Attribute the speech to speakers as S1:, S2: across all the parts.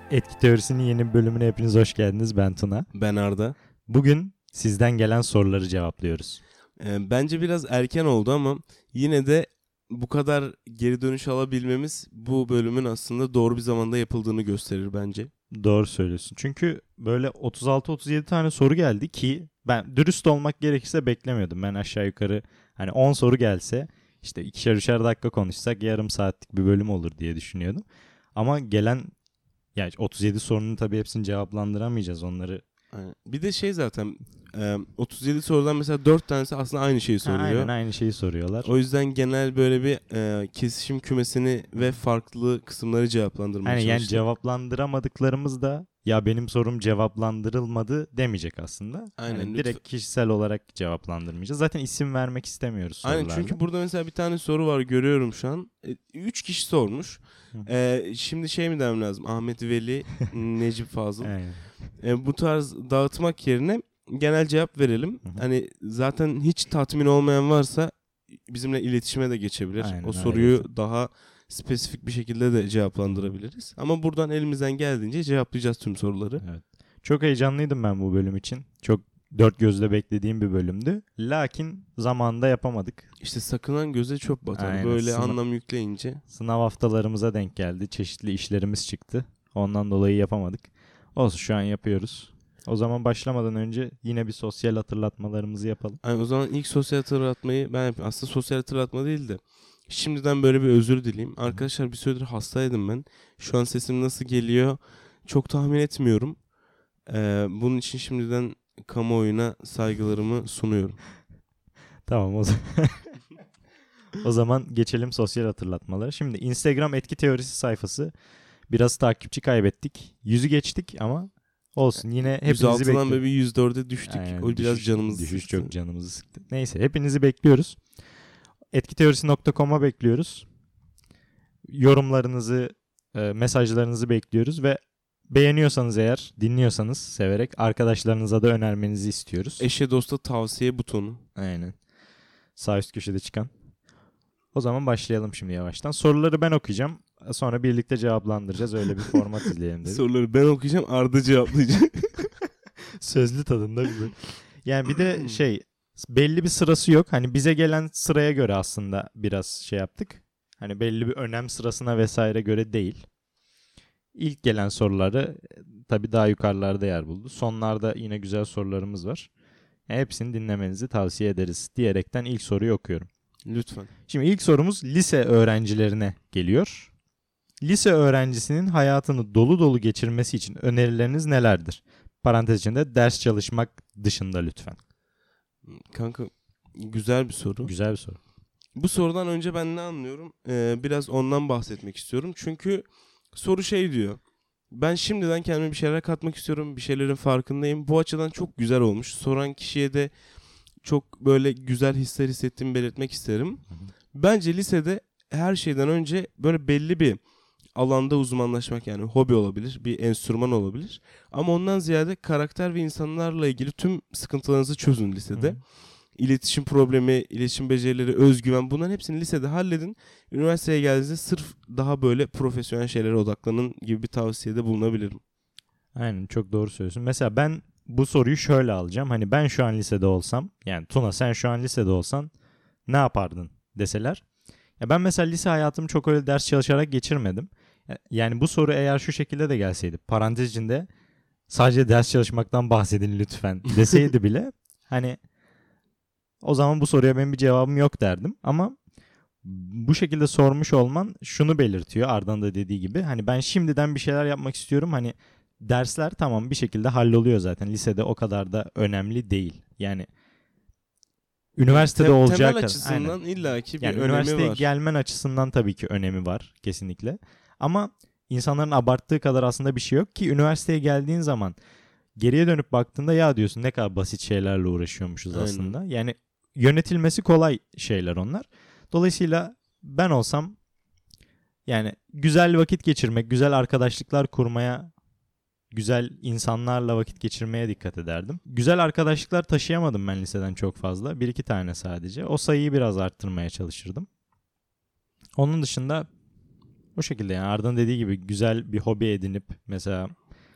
S1: Etki Teorisi'nin yeni bir bölümüne hepiniz hoş geldiniz. Ben Tuna.
S2: Ben Arda.
S1: Bugün sizden gelen soruları cevaplıyoruz.
S2: Bence biraz erken oldu ama yine de bu kadar geri dönüş alabilmemiz bu bölümün aslında doğru bir zamanda yapıldığını gösterir bence.
S1: Doğru söylüyorsun. Çünkü böyle 36-37 tane soru geldi ki ben dürüst olmak gerekirse beklemiyordum. Ben aşağı yukarı hani 10 soru gelse işte ikişer üçer dakika konuşsak yarım saatlik bir bölüm olur diye düşünüyordum. Ama gelen yani 37 sorunun tabii hepsini cevaplandıramayacağız onları.
S2: Aynen. Bir de zaten 37 sorudan mesela 4 tanesi aslında aynı şeyi soruyor.
S1: Aynen aynı şeyi soruyorlar.
S2: O yüzden genel böyle bir kesişim kümesini ve farklı kısımları cevaplandırmaya çalıştık.
S1: Yani cevaplandıramadıklarımız da ya benim sorum cevaplandırılmadı demeyecek aslında.
S2: Aynen,
S1: Yani direkt kişisel olarak cevaplandırmayacağız. Zaten isim vermek istemiyoruz sorularda.
S2: Aynen, çünkü burada mesela bir tane soru var, görüyorum şu an. 3 kişi sormuş. Şimdi mi demem lazım? Ahmet Veli, Necip Fazıl. Bu tarz dağıtmak yerine genel cevap verelim. Hani zaten hiç tatmin olmayan varsa bizimle iletişime de geçebilir.
S1: Aynen,
S2: o soruyu
S1: öyle.
S2: daha spesifik bir şekilde de cevaplandırabiliriz. Ama buradan elimizden geldiğince cevaplayacağız tüm soruları.
S1: Evet. Çok heyecanlıydım ben bu bölüm için. Çok dört gözle beklediğim bir bölümdü. Lakin zamanında yapamadık.
S2: İşte sakınan göze çöp batar.
S1: Aynen,
S2: Böyle anlam yükleyince.
S1: Sınav haftalarımıza denk geldi. Çeşitli işlerimiz çıktı. Ondan dolayı yapamadık. Olsun, şu an yapıyoruz. O zaman başlamadan önce yine bir sosyal hatırlatmalarımızı yapalım.
S2: Yani o zaman ilk sosyal hatırlatmayı ben yapayım. Aslında sosyal hatırlatma değil de şimdiden böyle bir özür dileyim. Arkadaşlar, bir süredir hastaydım ben. Şu an sesim nasıl geliyor çok tahmin etmiyorum. Bunun için şimdiden kamuoyuna saygılarımı sunuyorum.
S1: Tamam o zaman. O zaman geçelim sosyal hatırlatmalara. Şimdi Instagram etki teorisi sayfası. Biraz takipçi kaybettik. 100'ü geçtik ama olsun, yine hepinizi bekliyoruz.
S2: 106'dan böyle bir 104'e düştük.
S1: Aynen,
S2: o biraz canımızı
S1: düşüş
S2: sıktı.
S1: çok canımızı sıktı. Neyse, hepinizi bekliyoruz. Etkiteorisi.com'a bekliyoruz. Yorumlarınızı, mesajlarınızı bekliyoruz ve beğeniyorsanız eğer, dinliyorsanız severek arkadaşlarınıza da önermenizi istiyoruz.
S2: Eşe dosta tavsiye butonu.
S1: Aynen. Sağ üst köşede çıkan. O zaman başlayalım şimdi yavaştan. Soruları ben okuyacağım. Sonra birlikte cevaplandıracağız. Öyle bir format izleyelim dedik.
S2: Soruları ben okuyacağım, Arda cevaplayacak.
S1: Sözlü tadında bir bölüm. Yani bir de belli bir sırası yok. Hani bize gelen sıraya göre aslında biraz yaptık. Hani belli bir önem sırasına vesaire göre değil. İlk gelen soruları tabii daha yukarılarda yer buldu. Sonlarda yine güzel sorularımız var. Hepsini dinlemenizi tavsiye ederiz diyerekten ilk soruyu okuyorum.
S2: Lütfen.
S1: Şimdi ilk sorumuz lise öğrencilerine geliyor. Lise öğrencisinin hayatını dolu dolu geçirmesi için önerileriniz nelerdir? Parantez içinde ders çalışmak dışında lütfen.
S2: Kanka, güzel bir soru.
S1: Güzel bir soru.
S2: Bu sorudan önce ben ne anlıyorum? Biraz ondan bahsetmek istiyorum. Çünkü soru diyor. Ben şimdiden kendime bir şeyler katmak istiyorum. Bir şeylerin farkındayım. Bu açıdan çok güzel olmuş. Soran kişiye de çok böyle güzel hisler hissettiğimi belirtmek isterim. Bence lisede her şeyden önce böyle belli bir alanda uzmanlaşmak, yani hobi olabilir, bir enstrüman olabilir. Ama ondan ziyade karakter ve insanlarla ilgili tüm sıkıntılarınızı çözün lisede. İletişim problemi, iletişim becerileri, özgüven, bunların hepsini lisede halledin. Üniversiteye geldiğinizde sırf daha böyle profesyonel şeylere odaklanın gibi bir tavsiyede bulunabilirim.
S1: Aynen, çok doğru söylüyorsun. Mesela ben bu soruyu şöyle alacağım. Hani ben şu an lisede olsam, yani Tuna sen şu an lisede olsan ne yapardın deseler. Ya ben mesela lise hayatımı çok öyle ders çalışarak geçirmedim. Yani bu soru eğer şu şekilde de gelseydi, parantez içinde sadece ders çalışmaktan bahsedin lütfen deseydi bile hani o zaman bu soruya benim bir cevabım yok derdim. Ama bu şekilde sormuş olman şunu belirtiyor, Arda'nın da dediği gibi. Hani ben şimdiden bir şeyler yapmak istiyorum. Hani dersler tamam bir şekilde halloluyor zaten. Lisede o kadar da önemli değil. Yani üniversitede olacağı
S2: temel
S1: kadar.
S2: açısından illaki bir
S1: yani
S2: önemi
S1: üniversiteye
S2: var.
S1: gelmen açısından tabii ki önemi var kesinlikle. Ama insanların abarttığı kadar aslında bir şey yok ki üniversiteye geldiğin zaman geriye dönüp baktığında ya diyorsun ne kadar basit şeylerle uğraşıyormuşuz aslında. Yani yönetilmesi kolay şeyler onlar. Dolayısıyla ben olsam yani güzel vakit geçirmek, güzel arkadaşlıklar kurmaya, güzel insanlarla vakit geçirmeye dikkat ederdim. Güzel arkadaşlıklar taşıyamadım ben liseden çok fazla. 1-2 tane sadece. O sayıyı biraz arttırmaya çalışırdım. Onun dışında O şekilde yani Arda'nın dediği gibi güzel bir hobi edinip mesela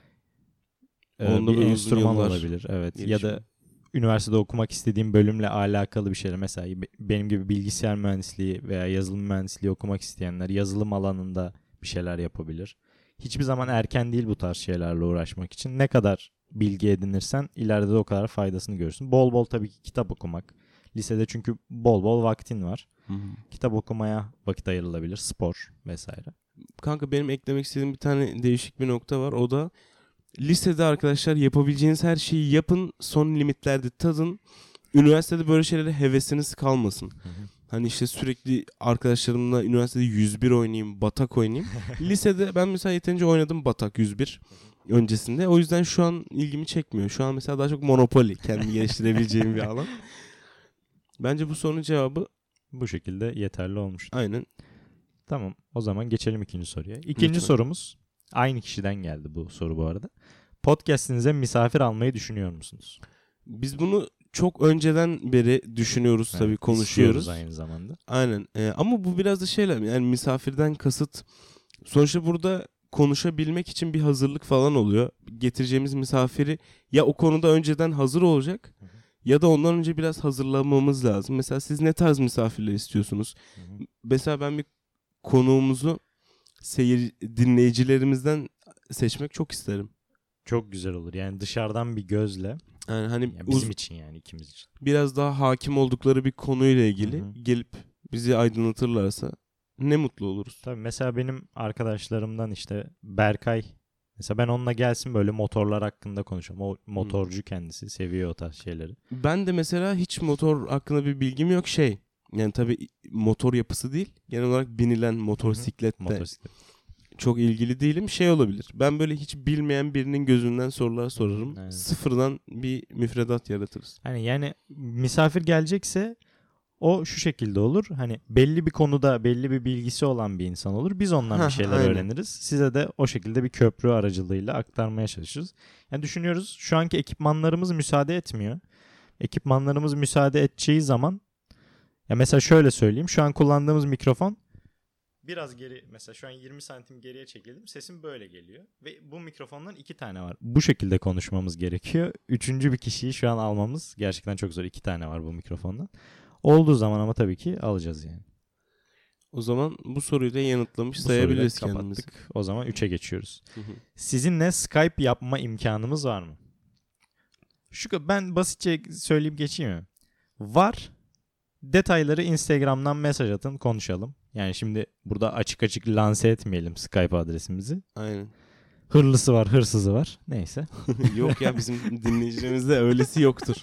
S2: Onda
S1: bir
S2: da uzun
S1: enstrüman
S2: yıllar
S1: olabilir. Evet. Ya
S2: gelişim.
S1: da üniversitede okumak istediğim bölümle alakalı bir şeyler. Mesela benim gibi bilgisayar mühendisliği veya yazılım mühendisliği okumak isteyenler yazılım alanında bir şeyler yapabilir. Hiçbir zaman erken değil bu tarz şeylerle uğraşmak için. Ne kadar bilgi edinirsen ileride de o kadar faydasını görürsün. Bol bol tabii ki kitap okumak. Lisede çünkü bol bol vaktin var.
S2: Hı hı.
S1: Kitap okumaya vakit ayrılabilir. Spor vesaire.
S2: Kanka benim eklemek istediğim bir tane değişik bir nokta var. O da lisede arkadaşlar yapabileceğiniz her şeyi yapın. Son limitlerde tadın. Üniversitede böyle şeylere hevesiniz kalmasın.
S1: Hı hı.
S2: Hani işte sürekli arkadaşlarımla üniversitede 101 oynayayım, batak oynayayım. Lisede ben mesela yeterince oynadım batak 101 öncesinde. O yüzden şu an ilgimi çekmiyor. Şu an mesela daha çok Monopoly kendimi geliştirebileceğim bir alan. Bence bu sorunun cevabı
S1: Bu şekilde yeterli olmuştur.
S2: aynen.
S1: Tamam. O zaman geçelim ikinci soruya. İkinci
S2: Lütfen.
S1: sorumuz aynı kişiden geldi bu soru bu arada. Podcast'inize misafir almayı düşünüyor musunuz?
S2: Biz bunu çok önceden beri düşünüyoruz tabii,
S1: Evet,
S2: konuşuyoruz.
S1: istiyoruz aynı zamanda.
S2: Aynen. Ama bu biraz da şeyler yani misafirden kasıt sonuçta burada konuşabilmek için bir hazırlık falan oluyor. Getireceğimiz misafiri ya o konuda önceden hazır olacak
S1: Hı hı.
S2: ya da ondan önce biraz hazırlamamız lazım. Mesela siz ne tarz misafirler istiyorsunuz?
S1: Hı hı.
S2: Mesela ben bir konuğumuzu dinleyicilerimizden seçmek çok isterim.
S1: Çok güzel olur. Yani dışarıdan bir gözle.
S2: Yani hani
S1: Yani bizim için yani ikimiz için.
S2: biraz daha hakim oldukları bir konuyla ilgili
S1: Hı hı.
S2: gelip bizi aydınlatırlarsa ne mutlu oluruz.
S1: Tabii mesela benim arkadaşlarımdan işte Berkay. Mesela ben onunla gelsin böyle motorlar hakkında konuşalım. O motorcu kendisi. Seviyor o tarz şeyleri.
S2: Ben de mesela hiç motor hakkında bir bilgim yok yani tabii motor yapısı değil. Genel olarak binilen motosikletle
S1: Motosiklet.
S2: çok ilgili değilim. Olabilir. Ben böyle hiç bilmeyen birinin gözünden sorular sorarım.
S1: Evet.
S2: Sıfırdan bir müfredat yaratırız.
S1: Hani yani misafir gelecekse o şu şekilde olur. Hani belli bir konuda belli bir bilgisi olan bir insan olur. Biz ondan bir şeyler
S2: Aynen.
S1: öğreniriz. Size de o şekilde bir köprü aracılığıyla aktarmaya çalışırız. Yani düşünüyoruz şu anki ekipmanlarımız müsaade etmiyor. Ekipmanlarımız müsaade edeceği zaman ya mesela şöyle söyleyeyim. Şu an kullandığımız mikrofon biraz geri mesela şu an 20 santim geriye çekildim. Sesim böyle geliyor. Ve bu mikrofondan 2 tane var. Bu şekilde konuşmamız gerekiyor. Üçüncü bir kişiyi şu an almamız gerçekten çok zor. 2 tane var bu mikrofondan. Olduğu zaman ama tabii ki alacağız yani.
S2: O zaman bu soruyu da yanıtlamış
S1: Bu
S2: sayabiliriz
S1: soruyu da
S2: kendimizi.
S1: kapattık. O zaman 3'e geçiyoruz.
S2: Hı hı.
S1: Sizinle Skype yapma imkanımız var mı? Ben basitçe söyleyip geçeyim mi? Var. Detayları Instagram'dan mesaj atın, konuşalım. Yani şimdi burada açık açık lanse etmeyelim Skype adresimizi.
S2: Aynen.
S1: Hırlısı var, hırsızı var. Neyse.
S2: Yok ya, bizim dinleyicilerimizde öylesi yoktur.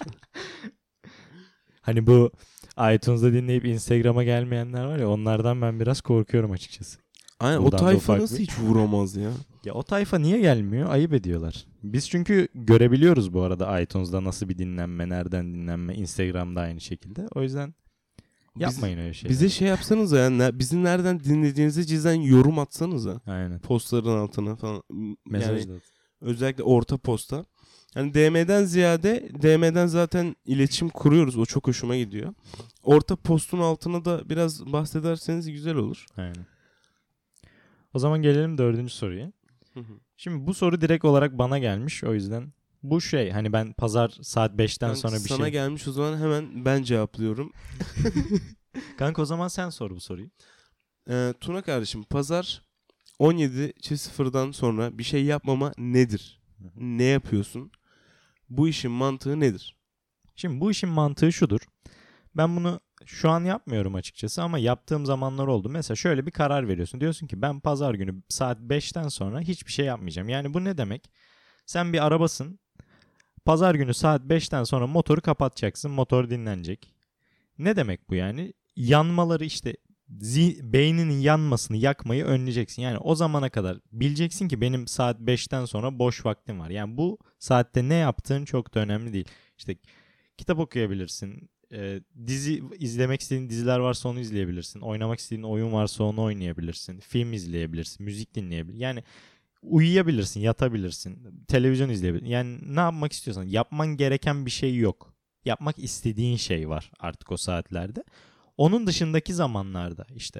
S1: Hani bu iTunes'da dinleyip Instagram'a gelmeyenler var ya, onlardan ben biraz korkuyorum açıkçası.
S2: Aynen,
S1: Buradan
S2: o
S1: da
S2: tayfa
S1: ufak
S2: nasıl
S1: bir-
S2: hiç vuramaz ya?
S1: Ya o tayfa niye gelmiyor? Ayıp ediyorlar. Biz çünkü görebiliyoruz bu arada iTunes'da nasıl bir dinlenme, nereden dinlenme, Instagram'da aynı şekilde. O yüzden yapmayın öyle şeyler.
S2: Bize şey yapsanıza ya, bizi nereden dinlediğinizi cidden yorum atsanıza.
S1: Aynen.
S2: Postların altına falan.
S1: Mesaj
S2: Yani
S1: da at.
S2: özellikle orta posta. Yani DM'den ziyade, DM'den zaten iletişim kuruyoruz. O çok hoşuma gidiyor. Orta postun altına da biraz bahsederseniz güzel olur.
S1: Aynen. O zaman gelelim 4. soruya. Şimdi bu soru direkt olarak bana gelmiş. O yüzden bu hani ben pazar saat 5'ten
S2: Kanka,
S1: sonra bir
S2: sana gelmiş, o zaman hemen ben cevaplıyorum.
S1: Kanka o zaman sen sor bu soruyu.
S2: Tuna kardeşim, pazar 17.00'dan sonra bir şey yapmama nedir? Ne yapıyorsun? Bu işin mantığı nedir?
S1: Şimdi bu işin mantığı şudur. Ben bunu şu an yapmıyorum açıkçası ama yaptığım zamanlar oldu. Mesela şöyle bir karar veriyorsun. Diyorsun ki ben pazar günü saat 5'ten sonra hiçbir şey yapmayacağım. Yani bu ne demek? Sen bir arabasın. Pazar günü saat 5'ten sonra motoru kapatacaksın. Motor dinlenecek. Ne demek bu yani? Yanmaları işte beyninin yanmasını, yakmayı önleyeceksin. Yani o zamana kadar bileceksin ki benim saat 5'ten sonra boş vaktim var. Yani bu saatte ne yaptığın çok da önemli değil. İşte kitap okuyabilirsin. Dizi izlemek istediğin diziler varsa onu izleyebilirsin. Oynamak istediğin oyun varsa onu oynayabilirsin. Film izleyebilirsin. Müzik dinleyebilirsin. Yani uyuyabilirsin, yatabilirsin. Televizyon izleyebilirsin. Yani ne yapmak istiyorsan. Yapman gereken bir şey yok. Yapmak istediğin şey var artık o saatlerde. Onun dışındaki zamanlarda işte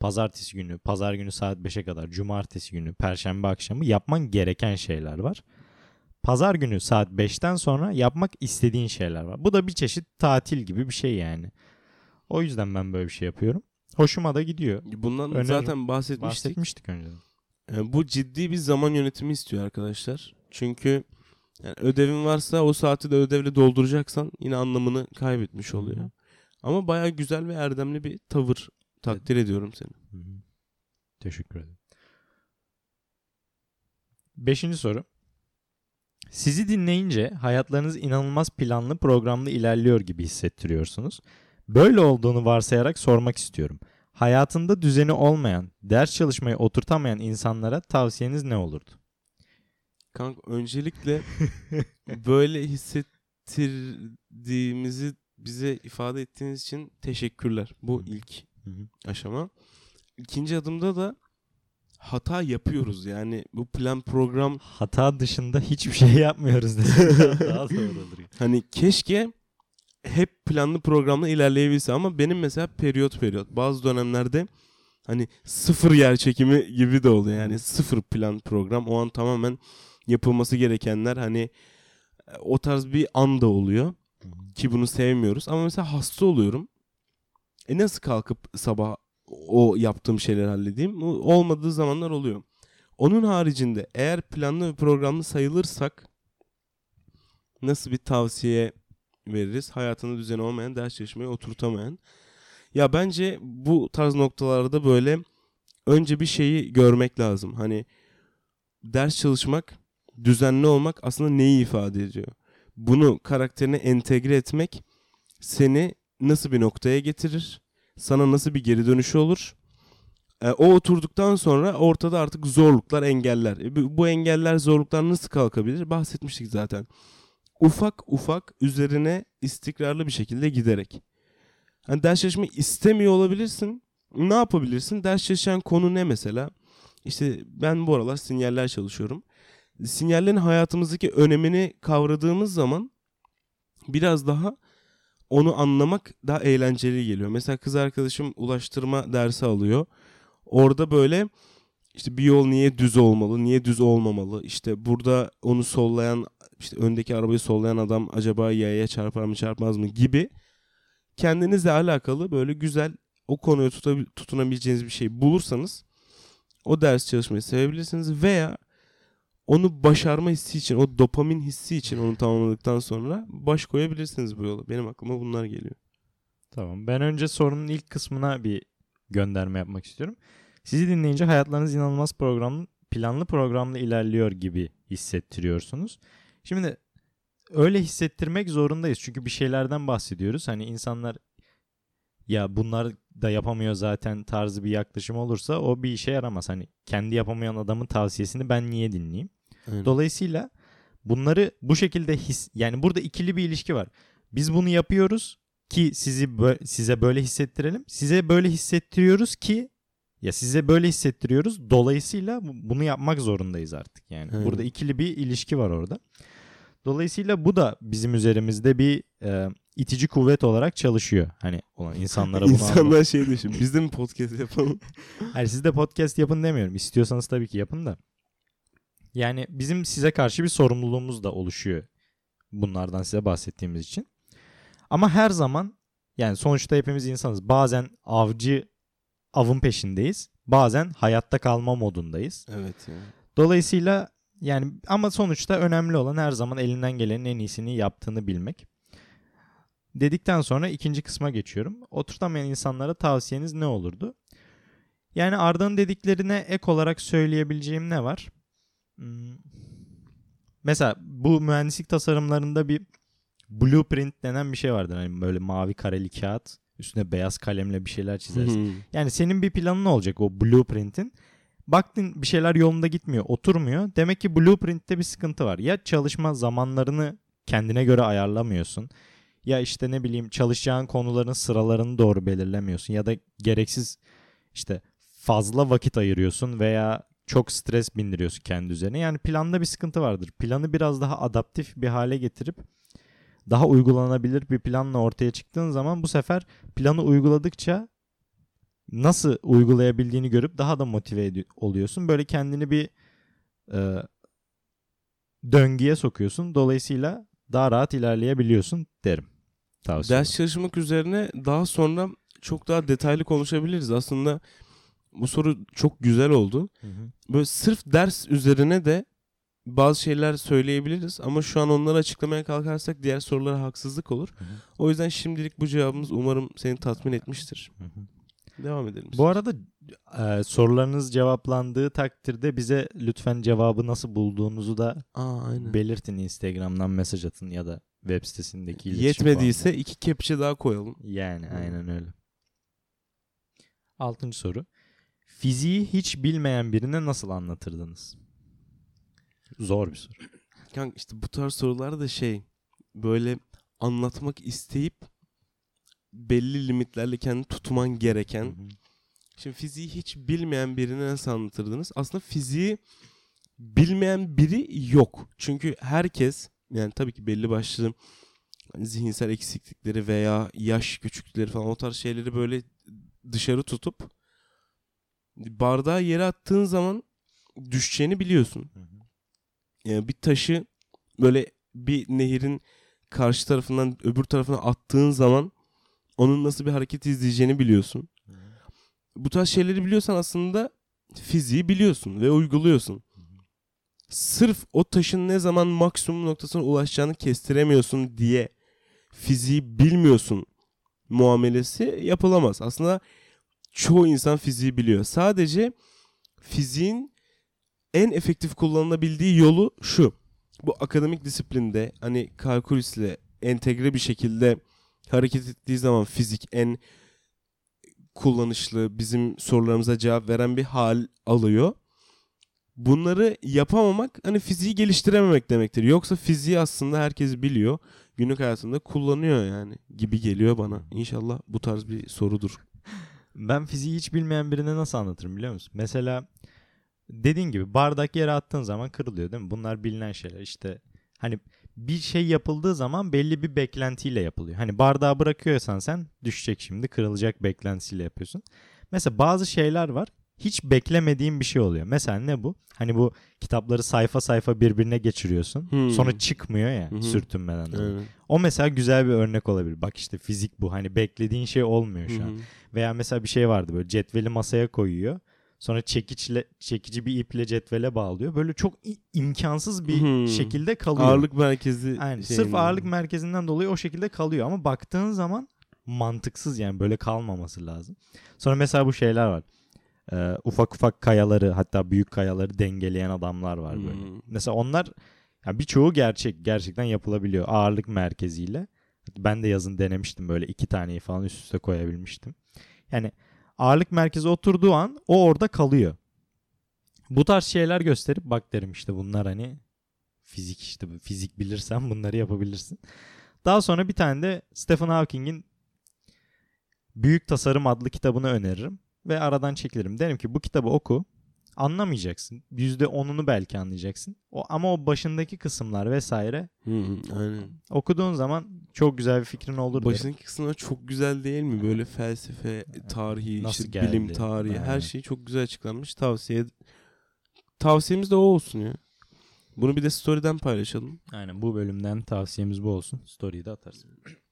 S1: pazartesi günü, pazar günü saat 5'e kadar, cumartesi günü, perşembe akşamı yapman gereken şeyler var. Pazar günü saat 5'ten sonra yapmak istediğin şeyler var. Bu da bir çeşit tatil gibi bir şey yani. O yüzden ben böyle bir şey yapıyorum. Hoşuma da gidiyor.
S2: Bundan
S1: Öneririm.
S2: zaten bahsetmiştik.
S1: Bahsetmiştik önceden.
S2: Bu ciddi bir zaman yönetimi istiyor arkadaşlar. Çünkü yani ödevin varsa o saati de ödevle dolduracaksan yine anlamını kaybetmiş oluyor.
S1: Hı-hı.
S2: Ama bayağı güzel ve erdemli bir tavır. Takdir ediyorum seni.
S1: Hı-hı. Teşekkür ederim. 5. soru. Sizi dinleyince hayatlarınız inanılmaz planlı, programlı ilerliyor gibi hissettiriyorsunuz. Böyle olduğunu varsayarak sormak istiyorum. Hayatında düzeni olmayan, ders çalışmayı oturtamayan insanlara tavsiyeniz ne olurdu?
S2: Kanka öncelikle böyle hissettirdiğimizi bize ifade ettiğiniz için teşekkürler. Bu ilk aşama. İkinci adımda da hata yapıyoruz. Yani bu plan program
S1: Hata dışında hiçbir şey yapmıyoruz desek daha doğru olur.
S2: hani keşke hep planlı programla ilerleyebilse ama benim mesela periyot bazı dönemlerde hani sıfır yer çekimi gibi de oluyor. Yani sıfır plan program. O an tamamen yapılması gerekenler hani o tarz bir anda oluyor. Ki bunu sevmiyoruz. Ama mesela hasta oluyorum. Nasıl kalkıp sabah o yaptığım şeyleri halledeyim? Olmadığı zamanlar oluyor. Onun haricinde eğer planlı ve programlı sayılırsak nasıl bir tavsiye veririz? Hayatında düzeni olmayan, ders çalışmayı oturtamayan. Ya bence bu tarz noktalarda böyle önce bir şeyi görmek lazım. Hani ders çalışmak, düzenli olmak aslında neyi ifade ediyor? Bunu karakterine entegre etmek seni nasıl bir noktaya getirir? Sana nasıl bir geri dönüşü olur? O oturduktan sonra ortada artık zorluklar, engeller. Bu engeller, zorluklar nasıl kalkabilir? Bahsetmiştik zaten. Ufak ufak üzerine istikrarlı bir şekilde giderek. Hani ders çalışmayı istemiyor olabilirsin. Ne yapabilirsin? Ders çalışan konu ne mesela? İşte ben bu aralar sinyaller çalışıyorum. Sinyallerin hayatımızdaki önemini kavradığımız zaman biraz daha onu anlamak daha eğlenceli geliyor. Mesela kız arkadaşım ulaştırma dersi alıyor. Orada böyle işte bir yol niye düz olmalı, niye düz olmamalı? İşte burada onu sollayan, işte öndeki arabayı sollayan adam acaba yaya çarpar mı çarpmaz mı gibi kendinizle alakalı böyle güzel o konuya tutunabileceğiniz bir şey bulursanız o ders çalışmayı sevebilirsiniz veya onu başarma hissi için, o dopamin hissi için onu tamamladıktan sonra baş koyabilirsiniz bu yola. Benim aklıma bunlar geliyor.
S1: Tamam. Ben önce sorunun ilk kısmına bir gönderme yapmak istiyorum. Sizi dinleyince hayatlarınız inanılmaz planlı programlı ilerliyor gibi hissettiriyorsunuz. Şimdi öyle hissettirmek zorundayız. Çünkü bir şeylerden bahsediyoruz. Hani insanlar ya bunlar da yapamıyor zaten tarzı bir yaklaşım olursa o bir işe yaramaz. Hani kendi yapamayan adamın tavsiyesini ben niye dinleyeyim?
S2: Aynen.
S1: Dolayısıyla bunları bu şekilde yani burada ikili bir ilişki var. Biz bunu yapıyoruz ki size böyle hissettirelim. Size böyle hissettiriyoruz ki ya size böyle hissettiriyoruz. Dolayısıyla bunu yapmak zorundayız artık yani.
S2: Aynen.
S1: Burada ikili bir ilişki var orada. Dolayısıyla bu da bizim üzerimizde bir itici kuvvet olarak çalışıyor. Hani olan insanlara bunu
S2: İnsanlar şey düşün. Biz de mi podcast yapalım?
S1: Hayır, siz de podcast yapın demiyorum. İstiyorsanız tabii ki yapın da. Yani bizim size karşı bir sorumluluğumuz da oluşuyor. Bunlardan size bahsettiğimiz için. Ama her zaman yani sonuçta hepimiz insanız. Bazen avın peşindeyiz. Bazen hayatta kalma modundayız.
S2: Evet yani.
S1: Dolayısıyla yani ama sonuçta önemli olan her zaman elinden gelenin en iyisini yaptığını bilmek. Dedikten sonra ikinci kısma geçiyorum. Oturtamayan insanlara tavsiyeniz ne olurdu? Yani Arda'nın dediklerine ek olarak söyleyebileceğim ne var? Mesela bu mühendislik tasarımlarında bir blueprint denen bir şey vardır. Hani böyle mavi kareli kağıt, üstüne beyaz kalemle bir şeyler çizersin. Yani senin bir planın olacak o blueprint'in. Baktın bir şeyler yolunda gitmiyor, oturmuyor. Demek ki blueprint'te bir sıkıntı var. Ya çalışma zamanlarını kendine göre ayarlamıyorsun. Ya işte ne bileyim çalışacağın konuların sıralarını doğru belirlemiyorsun. Ya da gereksiz işte fazla vakit ayırıyorsun veya çok stres bindiriyorsun kendi üzerine. Yani planda bir sıkıntı vardır. Planı biraz daha adaptif bir hale getirip daha uygulanabilir bir planla ortaya çıktığın zaman bu sefer planı uyguladıkça nasıl uygulayabildiğini görüp daha da motive oluyorsun. Böyle kendini bir döngüye sokuyorsun. Dolayısıyla daha rahat ilerleyebiliyorsun derim. Tavsiye.
S2: Ders çalışmak üzerine daha sonra çok daha detaylı konuşabiliriz. Aslında bu soru çok güzel oldu.
S1: Hı hı.
S2: Böyle sırf ders üzerine de bazı şeyler söyleyebiliriz ama şu an onları açıklamaya kalkarsak diğer sorulara haksızlık olur.
S1: Hı hı.
S2: O yüzden şimdilik bu cevabımız umarım seni tatmin etmiştir.
S1: Hı hı.
S2: Devam edelim.
S1: Bu arada sorularınız cevaplandığı takdirde bize lütfen cevabı nasıl bulduğunuzu da
S2: aynen.
S1: belirtin. Instagram'dan mesaj atın ya da web sitesindeki iletişim
S2: Yetmediyse
S1: formuna.
S2: 2 kepçe daha koyalım.
S1: Yani aynen öyle. 6. soru. Fiziği hiç bilmeyen birine nasıl anlatırdınız? Zor bir soru.
S2: Kanka işte bu tarz sorular da böyle anlatmak isteyip belli limitlerle kendini tutman gereken.
S1: Hı hı.
S2: Şimdi fiziği hiç bilmeyen birine nasıl anlatırdınız? Aslında fiziği bilmeyen biri yok. Çünkü herkes, yani tabii ki belli başlı zihinsel eksiklikleri veya yaş küçüklükleri falan o tarz şeyleri böyle dışarı tutup bardağı yere attığın zaman düşeceğini biliyorsun.
S1: Hı hı.
S2: Yani bir taşı böyle bir nehirin karşı tarafından öbür tarafına attığın zaman onun nasıl bir hareket izleyeceğini biliyorsun.
S1: Hı hı.
S2: Bu tarz şeyleri biliyorsan aslında fiziği biliyorsun ve uyguluyorsun.
S1: Hı hı.
S2: Sırf o taşın ne zaman maksimum noktasına ulaşacağını kestiremiyorsun diye fiziği bilmiyorsun muamelesi yapılamaz. Aslında çoğu insan fiziği biliyor. Sadece fiziğin en efektif kullanılabildiği yolu şu. Bu akademik disiplinde hani kalkülüsle entegre bir şekilde hareket ettiği zaman fizik en kullanışlı, bizim sorularımıza cevap veren bir hal alıyor. Bunları yapamamak hani fiziği geliştirememek demektir. Yoksa fiziği aslında herkes biliyor. Günlük hayatında kullanıyor yani gibi geliyor bana. İnşallah bu tarz bir sorudur.
S1: Ben fiziği hiç bilmeyen birine nasıl anlatırım biliyor musun? Mesela dediğin gibi bardak yere attığın zaman kırılıyor değil mi? Bunlar bilinen şeyler. İşte hani bir şey yapıldığı zaman belli bir beklentiyle yapılıyor. Hani bardağı bırakıyorsan sen düşecek şimdi kırılacak beklentisiyle yapıyorsun. Mesela bazı şeyler var. Hiç beklemediğin bir şey oluyor. Mesela ne bu? Hani bu kitapları sayfa sayfa birbirine geçiriyorsun. Sonra çıkmıyor ya sürtünmeden dolayı.
S2: Evet.
S1: O mesela güzel bir örnek olabilir. Bak işte fizik bu. Hani beklediğin şey olmuyor şu an. Veya mesela bir şey vardı böyle cetveli masaya koyuyor. Sonra çekici bir iple cetvele bağlıyor. Böyle çok imkansız bir şekilde kalıyor.
S2: Ağırlık merkezi.
S1: Yani sırf ağırlık merkezinden dolayı o şekilde kalıyor. Ama baktığın zaman mantıksız yani böyle kalmaması lazım. Sonra mesela bu şeyler var. Ufak ufak kayaları hatta büyük kayaları dengeleyen adamlar var böyle. Mesela onlar yani birçoğu gerçekten yapılabiliyor ağırlık merkeziyle. Ben de yazın denemiştim böyle 2 taneyi falan üst üste koyabilmiştim. Yani ağırlık merkezi oturduğu an o orada kalıyor. Bu tarz şeyler gösterip bak derim işte bunlar hani fizik işte fizik bilirsen bunları yapabilirsin. Daha sonra bir tane de Stephen Hawking'in Büyük Tasarım adlı kitabını öneririm ve aradan çekilirim. Derim ki bu kitabı oku. Anlamayacaksın. %10'unu belki anlayacaksın. Ama o başındaki kısımlar vesaire
S2: aynen.
S1: okuduğun zaman çok güzel bir fikrin olur derim.
S2: Başındaki kısımlar çok güzel değil mi? Böyle felsefe, tarihi,
S1: Nasıl
S2: işte
S1: geldi?
S2: bilim tarihi
S1: Aynen.
S2: her şey çok güzel açıklanmış. Tavsiyemiz de o olsun ya. Bunu bir de story'den paylaşalım.
S1: Aynen bu bölümden tavsiyemiz bu olsun. Story'yi de atarsın.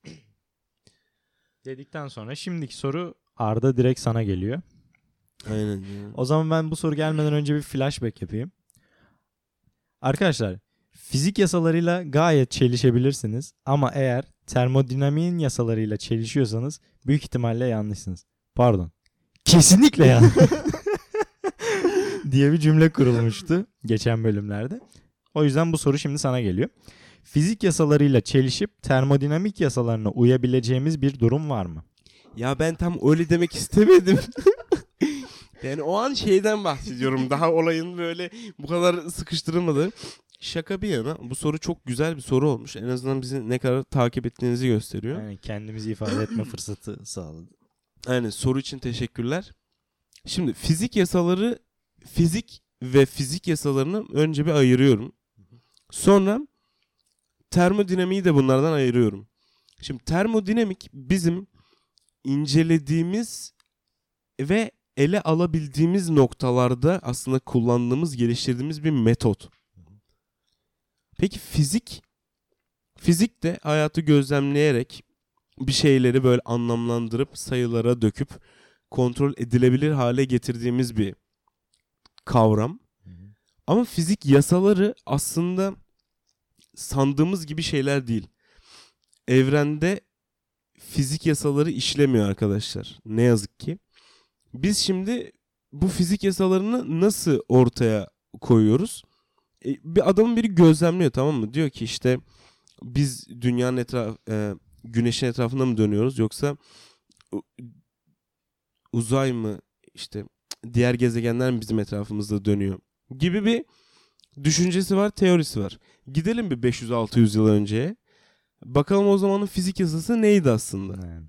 S1: Dedikten sonra şimdiki soru Arda direkt sana geliyor.
S2: Aynen ya.
S1: O zaman ben bu soru gelmeden önce bir flashback yapayım. Arkadaşlar fizik yasalarıyla gayet çelişebilirsiniz ama eğer termodinamiğin yasalarıyla çelişiyorsanız büyük ihtimalle yanlışsınız. Pardon. Kesinlikle yanlış. diye bir cümle kurulmuştu geçen bölümlerde. O yüzden bu soru şimdi sana geliyor. Fizik yasalarıyla çelişip termodinamik yasalarına uyabileceğimiz bir durum var mı?
S2: Ya ben tam öyle demek istemedim. Yani o an şeyden bahsediyorum. Daha olayın böyle bu kadar sıkıştırılmadı. Şaka bir yana bu soru çok güzel bir soru olmuş. En azından bizi ne kadar takip ettiğinizi gösteriyor.
S1: Yani kendimizi ifade etme fırsatı sağladı.
S2: Aynen, soru için teşekkürler. Şimdi fizik ve fizik yasalarını önce bir ayırıyorum. Sonra termodinamiği de bunlardan ayırıyorum. Şimdi termodinamik bizim incelediğimiz ve ele alabildiğimiz noktalarda aslında kullandığımız, geliştirdiğimiz bir metot. Peki fizik? Fizik de hayatı gözlemleyerek bir şeyleri böyle anlamlandırıp sayılara döküp kontrol edilebilir hale getirdiğimiz bir kavram. Ama fizik yasaları aslında sandığımız gibi şeyler değil. Evrende fizik yasaları işlemiyor arkadaşlar. Ne yazık ki. Biz şimdi bu fizik yasalarını nasıl ortaya koyuyoruz? Bir adamın biri gözlemliyor, tamam mı? Diyor ki işte biz dünyanın güneşin etrafında mı dönüyoruz, yoksa uzay mı, işte diğer gezegenler mi bizim etrafımızda dönüyor gibi bir düşüncesi var, teorisi var. Gidelim bir 500-600 yıl önceye. Bakalım o zamanın fizik yasası neydi aslında?
S1: Evet.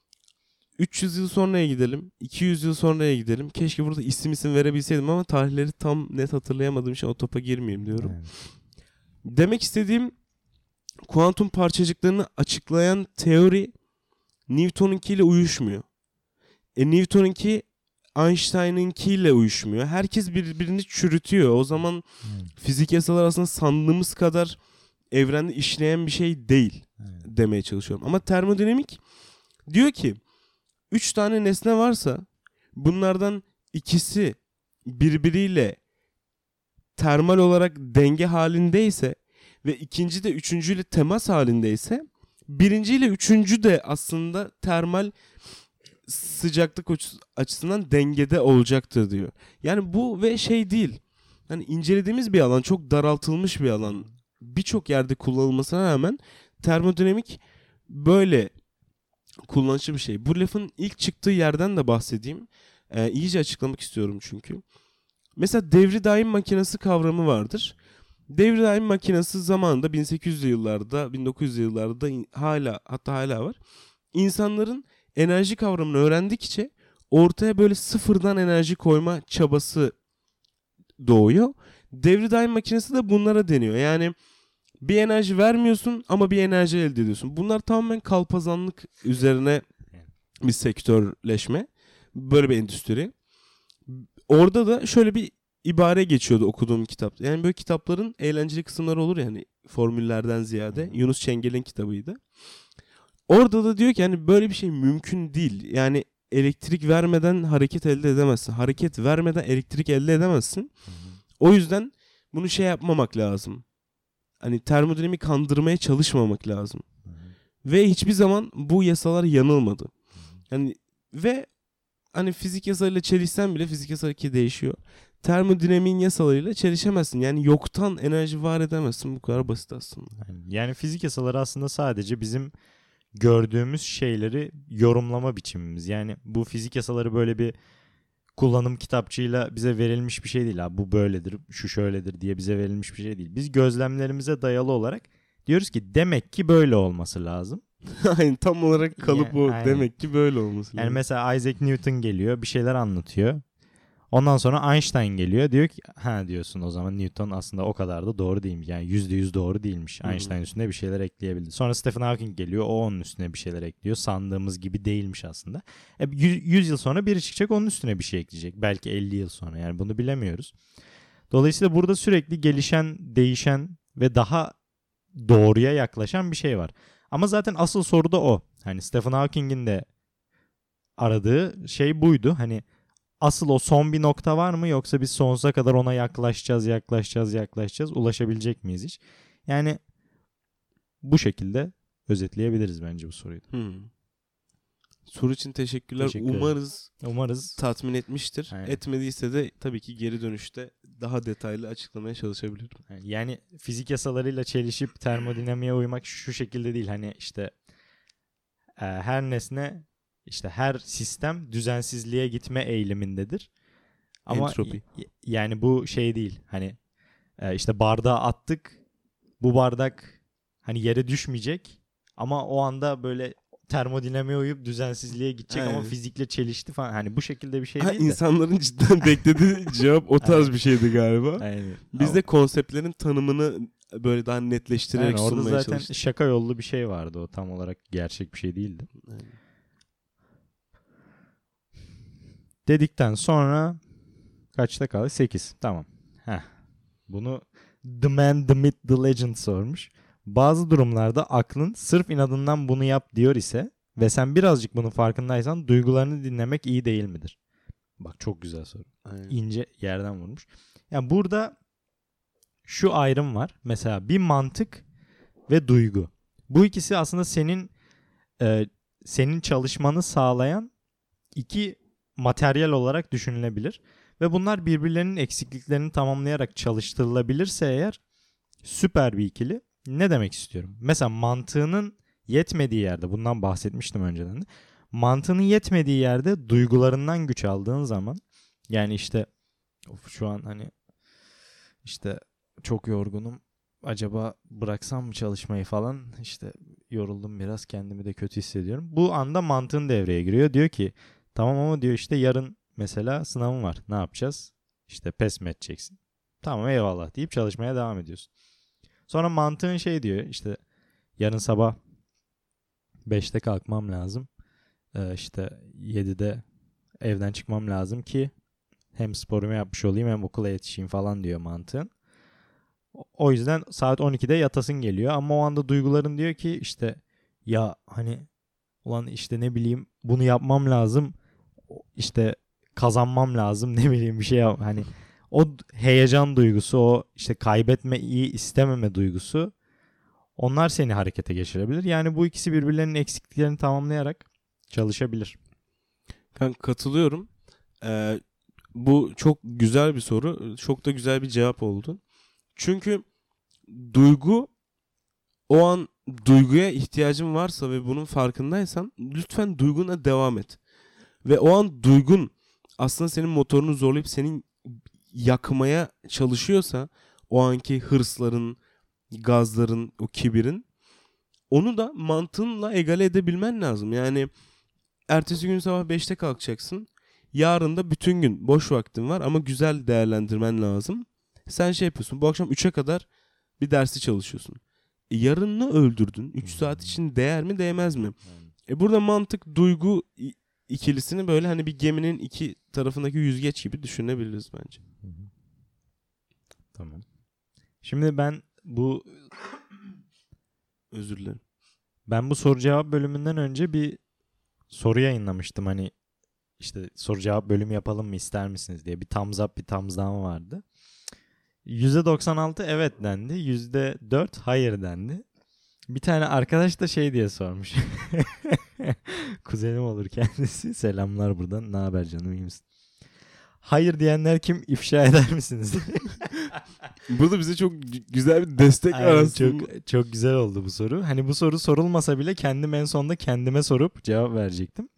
S2: 300 yıl sonraya gidelim. 200 yıl sonraya gidelim. Keşke burada isim verebilseydim ama tarihleri tam net hatırlayamadığım için o topa girmeyeyim diyorum.
S1: Evet.
S2: Demek istediğim, kuantum parçacıklarını açıklayan teori Newton'unkiyle uyuşmuyor. Newton'unki Einstein'ınkiyle uyuşmuyor. Herkes birbirini çürütüyor. O zaman fizik yasaları aslında sandığımız kadar evrende işleyen bir şey değil demeye çalışıyorum. Ama termodinamik diyor ki 3 tane nesne varsa bunlardan ikisi birbiriyle termal olarak denge halindeyse ve ikinci de üçüncüyle temas halindeyse birinci ile üçüncü de aslında termal sıcaklık açısından dengede olacaktır diyor. Yani bu ve şey değil. Hani incelediğimiz bir alan, çok daraltılmış bir alan. Birçok yerde kullanılmasına rağmen termodinamik böyle kullanışlı bir şey. Bu lafın ilk çıktığı yerden de bahsedeyim. İyice açıklamak istiyorum çünkü. Mesela devri daim makinesi kavramı vardır. Devri daim makinesi zamanında 1800'lü yıllarda, 1900'lü yıllarda hala var. İnsanların enerji kavramını öğrendikçe ortaya böyle sıfırdan enerji koyma çabası doğuyor. Devri daim makinesi de bunlara deniyor. Yani bir enerji vermiyorsun ama bir enerji elde ediyorsun. Bunlar tamamen kalpazanlık üzerine bir sektörleşme. Böyle bir endüstri. Orada da şöyle bir ibare geçiyordu okuduğum kitapta. Yani böyle kitapların eğlenceli kısımları olur ya, hani formüllerden ziyade. Yunus Çengel'in kitabıydı. Orada da diyor ki hani böyle bir şey mümkün değil. Yani elektrik vermeden hareket elde edemezsin. Hareket vermeden elektrik elde edemezsin. O yüzden bunu şey yapmamak lazım. Hani termodinamiği kandırmaya çalışmamak lazım. Ve hiçbir zaman bu yasalar yanılmadı. Yani ve hani fizik yasalarıyla çelişsen bile fizik yasaları ki değişiyor. Termodinamiğin yasalarıyla çelişemezsin. Yani yoktan enerji var edemezsin. Bu kadar basit aslında.
S1: Yani fizik yasaları aslında sadece bizim gördüğümüz şeyleri yorumlama biçimimiz. Yani bu fizik yasaları böyle bir kullanım kitapçığıyla bize verilmiş bir şey değil. Ha, bu böyledir, şu şöyledir diye bize verilmiş bir şey değil. Biz gözlemlerimize dayalı olarak diyoruz ki demek ki böyle olması lazım.
S2: Aynen, tam olarak kalıp
S1: Yani,
S2: o.
S1: aynen.
S2: Demek ki böyle olması lazım.
S1: Yani mesela Isaac Newton geliyor, bir şeyler anlatıyor. Ondan sonra Einstein geliyor, diyor ki ha diyorsun o zaman Newton aslında o kadar da doğru değilmiş. Yani %100 doğru değilmiş. Einstein üstüne bir şeyler ekleyebildi. Sonra Stephen Hawking geliyor, o onun üstüne bir şeyler ekliyor. Sandığımız gibi değilmiş aslında. 100 yıl sonra biri çıkacak, onun üstüne bir şey ekleyecek. Belki 50 yıl sonra, yani bunu bilemiyoruz. Dolayısıyla burada sürekli gelişen, değişen ve daha doğruya yaklaşan bir şey var. Ama zaten asıl soru da o. Hani Stephen Hawking'in de aradığı şey buydu. Hani asıl o son bir nokta var mı, yoksa biz sonsuza kadar ona yaklaşacağız. Ulaşabilecek miyiz hiç? Yani bu şekilde özetleyebiliriz bence bu soruyu.
S2: Soru için teşekkürler.
S1: Teşekkür ederim. Umarız
S2: tatmin etmiştir.
S1: Aynen.
S2: Etmediyse de tabii ki geri dönüşte daha detaylı açıklamaya çalışabilirim.
S1: Yani fizik yasalarıyla çelişip termodinamiğe uymak şu şekilde değil. Hani işte her nesne, işte her sistem düzensizliğe gitme eğilimindedir. Ama
S2: Entropi.
S1: yani bu şey değil. Hani işte bardağı attık. Bu bardak hani yere düşmeyecek. Ama o anda böyle termodinamiğe uyup düzensizliğe gidecek ama fizikle çelişti falan. Hani bu şekilde bir şey değil de.
S2: İnsanların cidden beklediği cevap o tarz bir şeydi galiba.
S1: Aynen.
S2: Biz de konseptlerin tanımını böyle daha netleştirerek
S1: Aynen, orada
S2: sunmaya
S1: zaten
S2: çalıştık.
S1: şaka yollu bir şey vardı. O tam olarak gerçek bir şey değildi.
S2: Aynen.
S1: dedikten sonra kaçta kaldı? 8. Tamam. Bunu The Man, The Myth, The Legend sormuş. Bazı durumlarda aklın sırf inadından bunu yap diyor ise ve sen birazcık bunun farkındaysan duygularını dinlemek iyi değil midir? Bak çok güzel soru.
S2: Aynen.
S1: İnce yerden vurmuş. Yani burada şu ayrım var. Mesela bir mantık ve duygu. Bu ikisi aslında senin çalışmanı sağlayan iki materyal olarak düşünülebilir. Ve bunlar birbirlerinin eksikliklerini tamamlayarak çalıştırılabilirse eğer süper bir ikili. Ne demek istiyorum? Mesela mantığının yetmediği yerde, bundan bahsetmiştim önceden de. Mantığının yetmediği yerde duygularından güç aldığın zaman, yani işte şu an hani işte çok yorgunum, acaba bıraksam mı çalışmayı falan, işte yoruldum biraz, kendimi de kötü hissediyorum. Bu anda mantığın devreye giriyor. Diyor ki tamam ama diyor işte yarın mesela sınavın var, ne yapacağız? İşte pes mi edeceksin? Tamam eyvallah deyip çalışmaya devam ediyorsun. Sonra mantığın şey diyor, işte yarın sabah 5'te kalkmam lazım. İşte 7'de evden çıkmam lazım ki hem sporumu yapmış olayım hem okula yetişeyim falan diyor mantığın. O yüzden saat 12'de yatasın geliyor ama o anda duyguların diyor ki işte ya hani ulan işte ne bileyim bunu yapmam lazım, işte kazanmam lazım, ne bileyim bir şey hani o heyecan duygusu, o işte kaybetmeyi istememe duygusu, onlar seni harekete geçirebilir. Yani bu ikisi birbirlerinin eksikliklerini tamamlayarak çalışabilir.
S2: Ben katılıyorum. Bu çok güzel bir soru. Çok da güzel bir cevap oldu. Çünkü duygu, o an duyguya ihtiyacın varsa ve bunun farkındaysan lütfen duyguna devam et. Ve o an duygun aslında senin motorunu zorlayıp senin yakmaya çalışıyorsa, o anki hırsların, gazların, o kibirin, onu da mantığınla egale edebilmen lazım. Yani ertesi gün sabah 5'te kalkacaksın. Yarın da bütün gün boş vaktin var ama güzel değerlendirmen lazım. Sen şey yapıyorsun, bu akşam 3'e kadar bir dersi çalışıyorsun. Yarını öldürdün. 3 saat için değer mi değmez mi? Burada mantık duygu ikilisini böyle hani bir geminin iki tarafındaki yüzgeç gibi düşünebiliriz bence.
S1: Tamam. Şimdi ben bu
S2: Özür dilerim.
S1: Ben bu soru cevap bölümünden önce bir soru yayınlamıştım. Hani işte soru cevap bölümü yapalım mı, ister misiniz diye. Bir thumbs up bir thumbs down vardı. %96 evet dendi. %4 hayır dendi. Bir tane arkadaş da şey diye sormuş. Kuzenim olur kendisi. Selamlar buradan. Ne haber canım, iyi misin? Hayır diyenler kim, ifşa eder misiniz?
S2: Burada bize çok güzel bir destek var
S1: Aynen,
S2: aslında.
S1: çok güzel oldu bu soru. Hani bu soru sorulmasa bile kendim en sonunda kendime sorup cevap verecektim.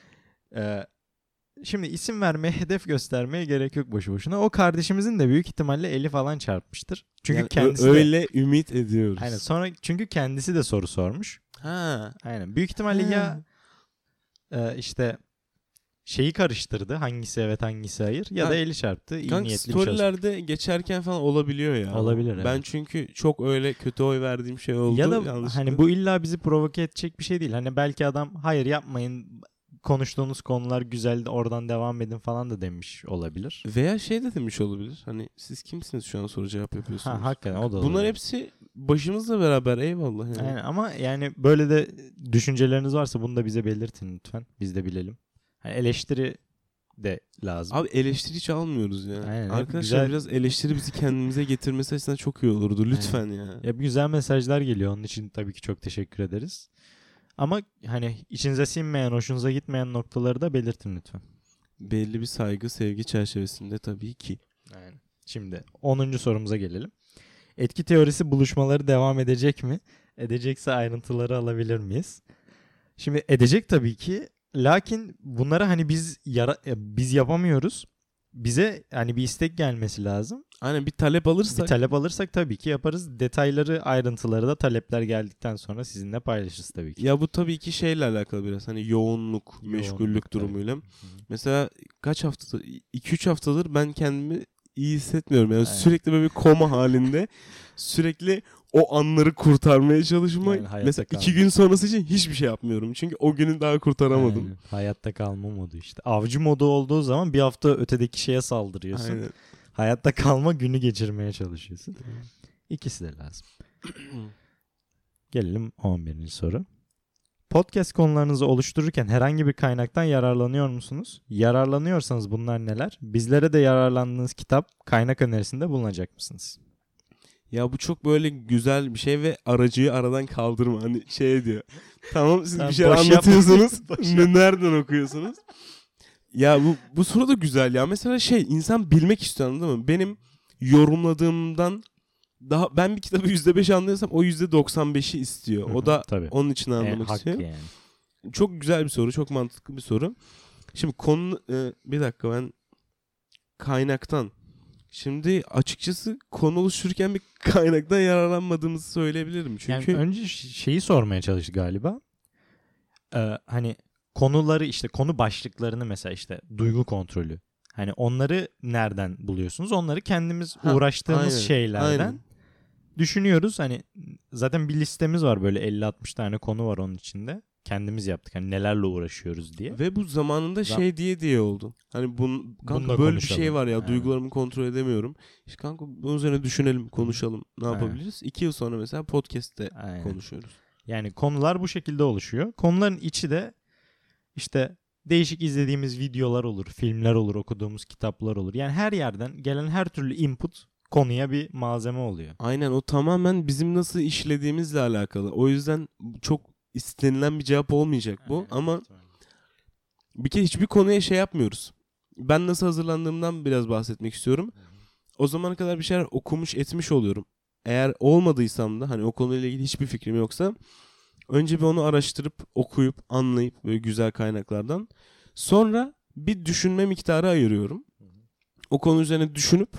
S1: Şimdi isim vermeye, hedef göstermeye gerek yok boşu boşuna. O kardeşimizin de büyük ihtimalle eli falan çarpmıştır. Çünkü
S2: Yani
S1: kendisi
S2: öyle
S1: de,
S2: ümit ediyoruz.
S1: aynen, sonra çünkü kendisi de soru sormuş.
S2: Ha.
S1: Aynen. Büyük ihtimalle ya işte şeyi karıştırdı. Hangisi evet hangisi hayır, ya da eli çarptı. İyi
S2: Kanka
S1: niyetli bir şey.
S2: storylerde geçerken falan olabiliyor ya.
S1: Olabilir,
S2: Ben
S1: evet.
S2: çünkü çok öyle kötü oy verdiğim şey oldu.
S1: Ya da
S2: yanlışlıkla.
S1: hani bu illa bizi provoke edecek bir şey değil. Hani belki adam hayır yapmayın, konuştuğunuz konular güzel, oradan devam edin falan da demiş olabilir.
S2: Veya şey de demiş olabilir. Hani siz kimsiniz şu an soru cevap yapıyorsunuz.
S1: Ha, hakikaten o da olabilir.
S2: Bunlar hepsi başımızla beraber, eyvallah. Yani.
S1: Aynen, ama yani böyle de düşünceleriniz varsa bunu da bize belirtin lütfen. Biz de bilelim. Yani eleştiri de lazım.
S2: Abi eleştiri hiç almıyoruz ya.
S1: Aynen,
S2: Arkadaşlar
S1: güzel...
S2: biraz eleştiri bizi kendimize getirmesi açısından çok iyi olurdu. Lütfen ya.
S1: Ya güzel mesajlar geliyor. Onun için tabii ki çok teşekkür ederiz. Ama hani içinize sinmeyen, hoşunuza gitmeyen noktaları da belirtin lütfen.
S2: Belli bir saygı, sevgi çerçevesinde tabii ki.
S1: Aynen. Şimdi 10. sorumuza gelelim. Etki teorisi buluşmaları devam edecek mi? Edecekse ayrıntıları alabilir miyiz? Şimdi edecek tabii ki. Lakin bunları hani biz yapamıyoruz. Bize hani bir istek gelmesi lazım.
S2: Aynen, bir talep alırsak.
S1: Bir talep alırsak tabii ki yaparız. Detayları, ayrıntıları da talepler geldikten sonra sizinle paylaşırız tabii ki.
S2: Ya bu tabii ki şeyle alakalı biraz. Hani meşgullük
S1: tabii.
S2: durumuyla. Mesela kaç haftadır, 2-3 haftadır ben kendimi iyi hissetmiyorum. Yani
S1: Aynen.
S2: sürekli böyle bir koma halinde sürekli o anları kurtarmaya çalışmak.
S1: Yani hayatta
S2: Mesela
S1: kalma.
S2: 2 gün sonrası için hiçbir şey yapmıyorum. Çünkü o günü daha kurtaramadım.
S1: Aynen. Hayatta kalma modu işte. Avcı modu olduğu zaman bir hafta ötedeki şeye saldırıyorsun.
S2: Aynen.
S1: Hayatta kalma günü geçirmeye çalışıyorsun. İkisi de lazım. Gelelim 11. soru. Podcast konularınızı oluştururken herhangi bir kaynaktan yararlanıyor musunuz? Yararlanıyorsanız bunlar neler? Bizlere de yararlandığınız kitap, kaynak önerisinde bulunacak mısınız?
S2: Ya bu çok böyle güzel bir şey ve aracıyı aradan kaldırma. Hani şey diyor. Tamam siz
S1: Tamam,
S2: bir şey
S1: boş
S2: anlatıyorsunuz.
S1: yapma. Boş yapma.
S2: Nereden okuyorsunuz? Ya bu soru da güzel ya. Mesela insan bilmek istiyor, anladın mı? Benim yorumladığımdan daha ben bir kitabı %5 anlıyorsam o %95'i istiyor. O da
S1: Tabii.
S2: onun için anlamak
S1: Hakkı
S2: istiyor.
S1: yani.
S2: Çok güzel bir soru, çok mantıklı bir soru. Şimdi konu bir dakika ben kaynaktan. Şimdi açıkçası konu oluştururken bir kaynaktan yararlanmadığımızı söyleyebilirim. Çünkü
S1: Yani önce şeyi sormaya çalıştı galiba. Hani konuları işte konu başlıklarını mesela işte duygu kontrolü. Hani onları nereden buluyorsunuz? Onları kendimiz uğraştığımız
S2: aynen,
S1: şeylerden
S2: aynen.
S1: düşünüyoruz. Hani zaten bir listemiz var, böyle 50-60 tane konu var onun içinde. Kendimiz yaptık hani nelerle uğraşıyoruz diye.
S2: Ve bu zamanında diye oldu. Hani kanka
S1: Bununla
S2: böyle bir şey
S1: konuşalım.
S2: var ya,
S1: Aynen.
S2: duygularımı kontrol edemiyorum. İşte kanka bunun üzerine düşünelim, konuşalım. Ne
S1: Aynen.
S2: yapabiliriz? 2 yıl sonra mesela podcast'te
S1: Aynen.
S2: konuşuyoruz.
S1: Yani konular bu şekilde oluşuyor. Konuların içi de işte değişik izlediğimiz videolar olur, filmler olur, okuduğumuz kitaplar olur. Yani her yerden gelen her türlü input konuya bir malzeme oluyor.
S2: Aynen, o tamamen bizim nasıl işlediğimizle alakalı. O yüzden çok istenilen bir cevap olmayacak bu.
S1: Aynen.
S2: Ama bir kere hiçbir konuya şey yapmıyoruz. Ben nasıl hazırlandığımdan biraz bahsetmek istiyorum. O zamana kadar bir şeyler okumuş etmiş oluyorum. Eğer olmadıysam da hani o konuyla ilgili hiçbir fikrim yoksa önce bir onu araştırıp okuyup anlayıp böyle güzel kaynaklardan sonra bir düşünme miktarı ayırıyorum. O konu üzerine düşünüp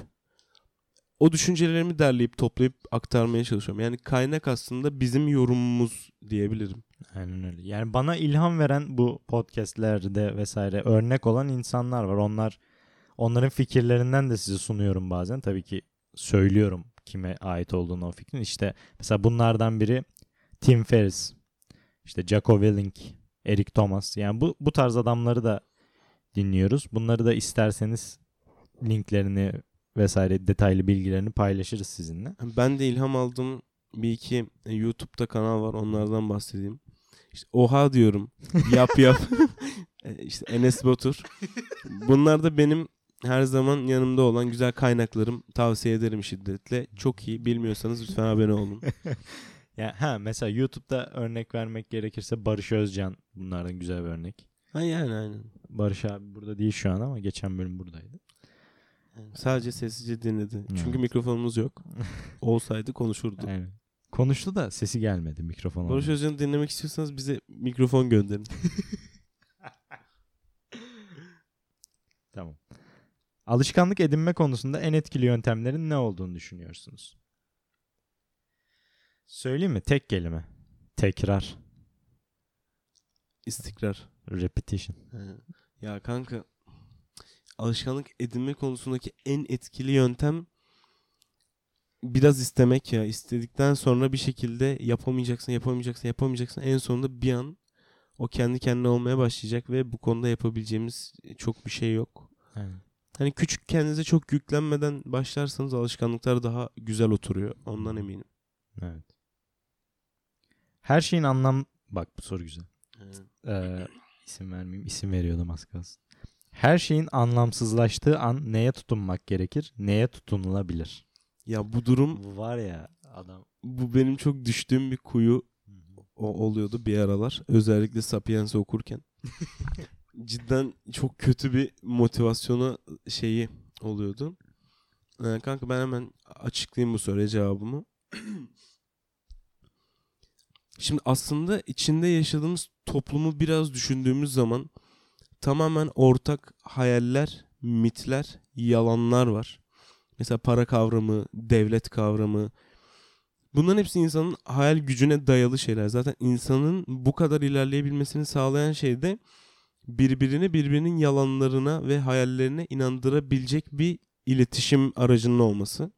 S2: o düşüncelerimi derleyip toplayıp aktarmaya çalışıyorum. Yani kaynak aslında bizim yorumumuz diyebilirim.
S1: Aynen öyle. Yani bana ilham veren bu podcastlerde vesaire örnek olan insanlar var. Onların fikirlerinden de size sunuyorum bazen. Tabii ki söylüyorum kime ait olduğunu o fikrin. İşte mesela bunlardan biri Tim Ferriss, işte Jocko Willink, Eric Thomas. Yani bu tarz adamları da dinliyoruz. Bunları da isterseniz linklerini vesaire detaylı bilgilerini paylaşırız sizinle.
S2: Ben de ilham aldığım bir iki YouTube'da kanal var, onlardan bahsedeyim. İşte oha diyorum. Yap. İşte Enes Batur. Bunlar da benim her zaman yanımda olan güzel kaynaklarım. Tavsiye ederim şiddetle. Çok iyi. Bilmiyorsanız lütfen abone olun.
S1: Mesela YouTube'da örnek vermek gerekirse Barış Özcan bunlardan güzel bir örnek.
S2: Aynen.
S1: Barış abi burada değil şu an ama geçen bölüm buradaydı.
S2: Sadece sessizce dinledi. Çünkü
S1: Evet.
S2: mikrofonumuz yok. Olsaydı konuşurdu.
S1: Aynen. Konuştu da sesi gelmedi mikrofona.
S2: Barış Özcan'ı dinlemek istiyorsanız bize mikrofon gönderin.
S1: Tamam. Alışkanlık edinme konusunda en etkili yöntemlerin ne olduğunu düşünüyorsunuz? Söyleyeyim mi? Tek kelime. Tekrar.
S2: İstikrar.
S1: Repetition.
S2: Ya kanka, alışkanlık edinme konusundaki en etkili yöntem biraz istemek ya. İstedikten sonra bir şekilde yapamayacaksın. En sonunda bir an o kendi kendine olmaya başlayacak ve bu konuda yapabileceğimiz çok bir şey yok.
S1: Aynen.
S2: Hani küçük, kendinize çok yüklenmeden başlarsanız alışkanlıklar daha güzel oturuyor. Ondan eminim.
S1: Evet. Her şeyin Bak bu soru güzel. İsim vermeyeyim. İsim veriyordum az kalsın. Her şeyin anlamsızlaştığı an neye tutunmak gerekir? Neye tutunulabilir?
S2: Ya bu durum,
S1: Bu var ya adam.
S2: bu benim çok düştüğüm bir kuyu oluyordu bir aralar. Özellikle Sapiens'i okurken. Cidden çok kötü bir motivasyona oluyordu. Kanka ben hemen açıklayayım bu soruya cevabımı. Şimdi aslında içinde yaşadığımız toplumu biraz düşündüğümüz zaman tamamen ortak hayaller, mitler, yalanlar var. Mesela para kavramı, devlet kavramı. Bunların hepsi insanın hayal gücüne dayalı şeyler. Zaten insanın bu kadar ilerleyebilmesini sağlayan şey de birbirinin yalanlarına ve hayallerine inandırabilecek bir iletişim aracının olması.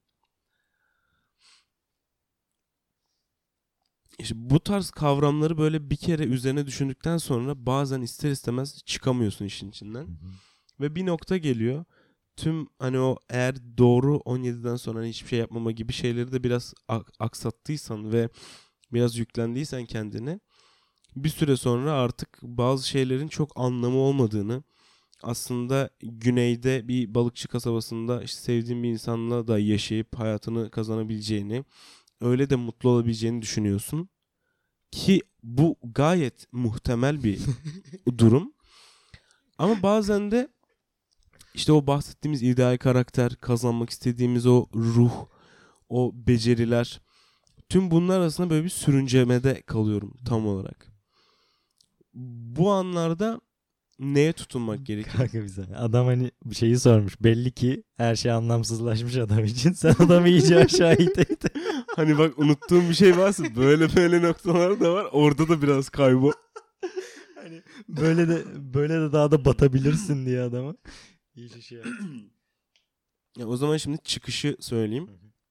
S2: İşte bu tarz kavramları böyle bir kere üzerine düşündükten sonra bazen ister istemez çıkamıyorsun işin içinden. Ve bir nokta geliyor. Tüm hani o eğer doğru 17'den sonra hani hiçbir şey yapmama gibi şeyleri de biraz aksattıysan ve biraz yüklendiysen kendine, bir süre sonra artık bazı şeylerin çok anlamı olmadığını, aslında güneyde bir balıkçı kasabasında işte sevdiğin bir insanla da yaşayıp hayatını kazanabileceğini, öyle de mutlu olabileceğini düşünüyorsun. Ki bu gayet muhtemel bir durum. Ama bazen de işte o bahsettiğimiz ideal karakter, kazanmak istediğimiz o ruh, o beceriler, tüm bunlar arasında böyle bir sürüncemede kalıyorum tam olarak. Bu anlarda neye tutunmak gerekir?
S1: Kanka güzel. Adam hani bir şeyi sormuş. Belli ki her şey anlamsızlaşmış adam için. Sen adamı iyice aşağı ite.
S2: Hani bak, unuttuğum bir şey varsa böyle noktalar da var. Orada da biraz kaybol.
S1: Hani böyle de daha da batabilirsin diye adama. İyice şey yaptı.
S2: Ya o zaman şimdi çıkışı söyleyeyim.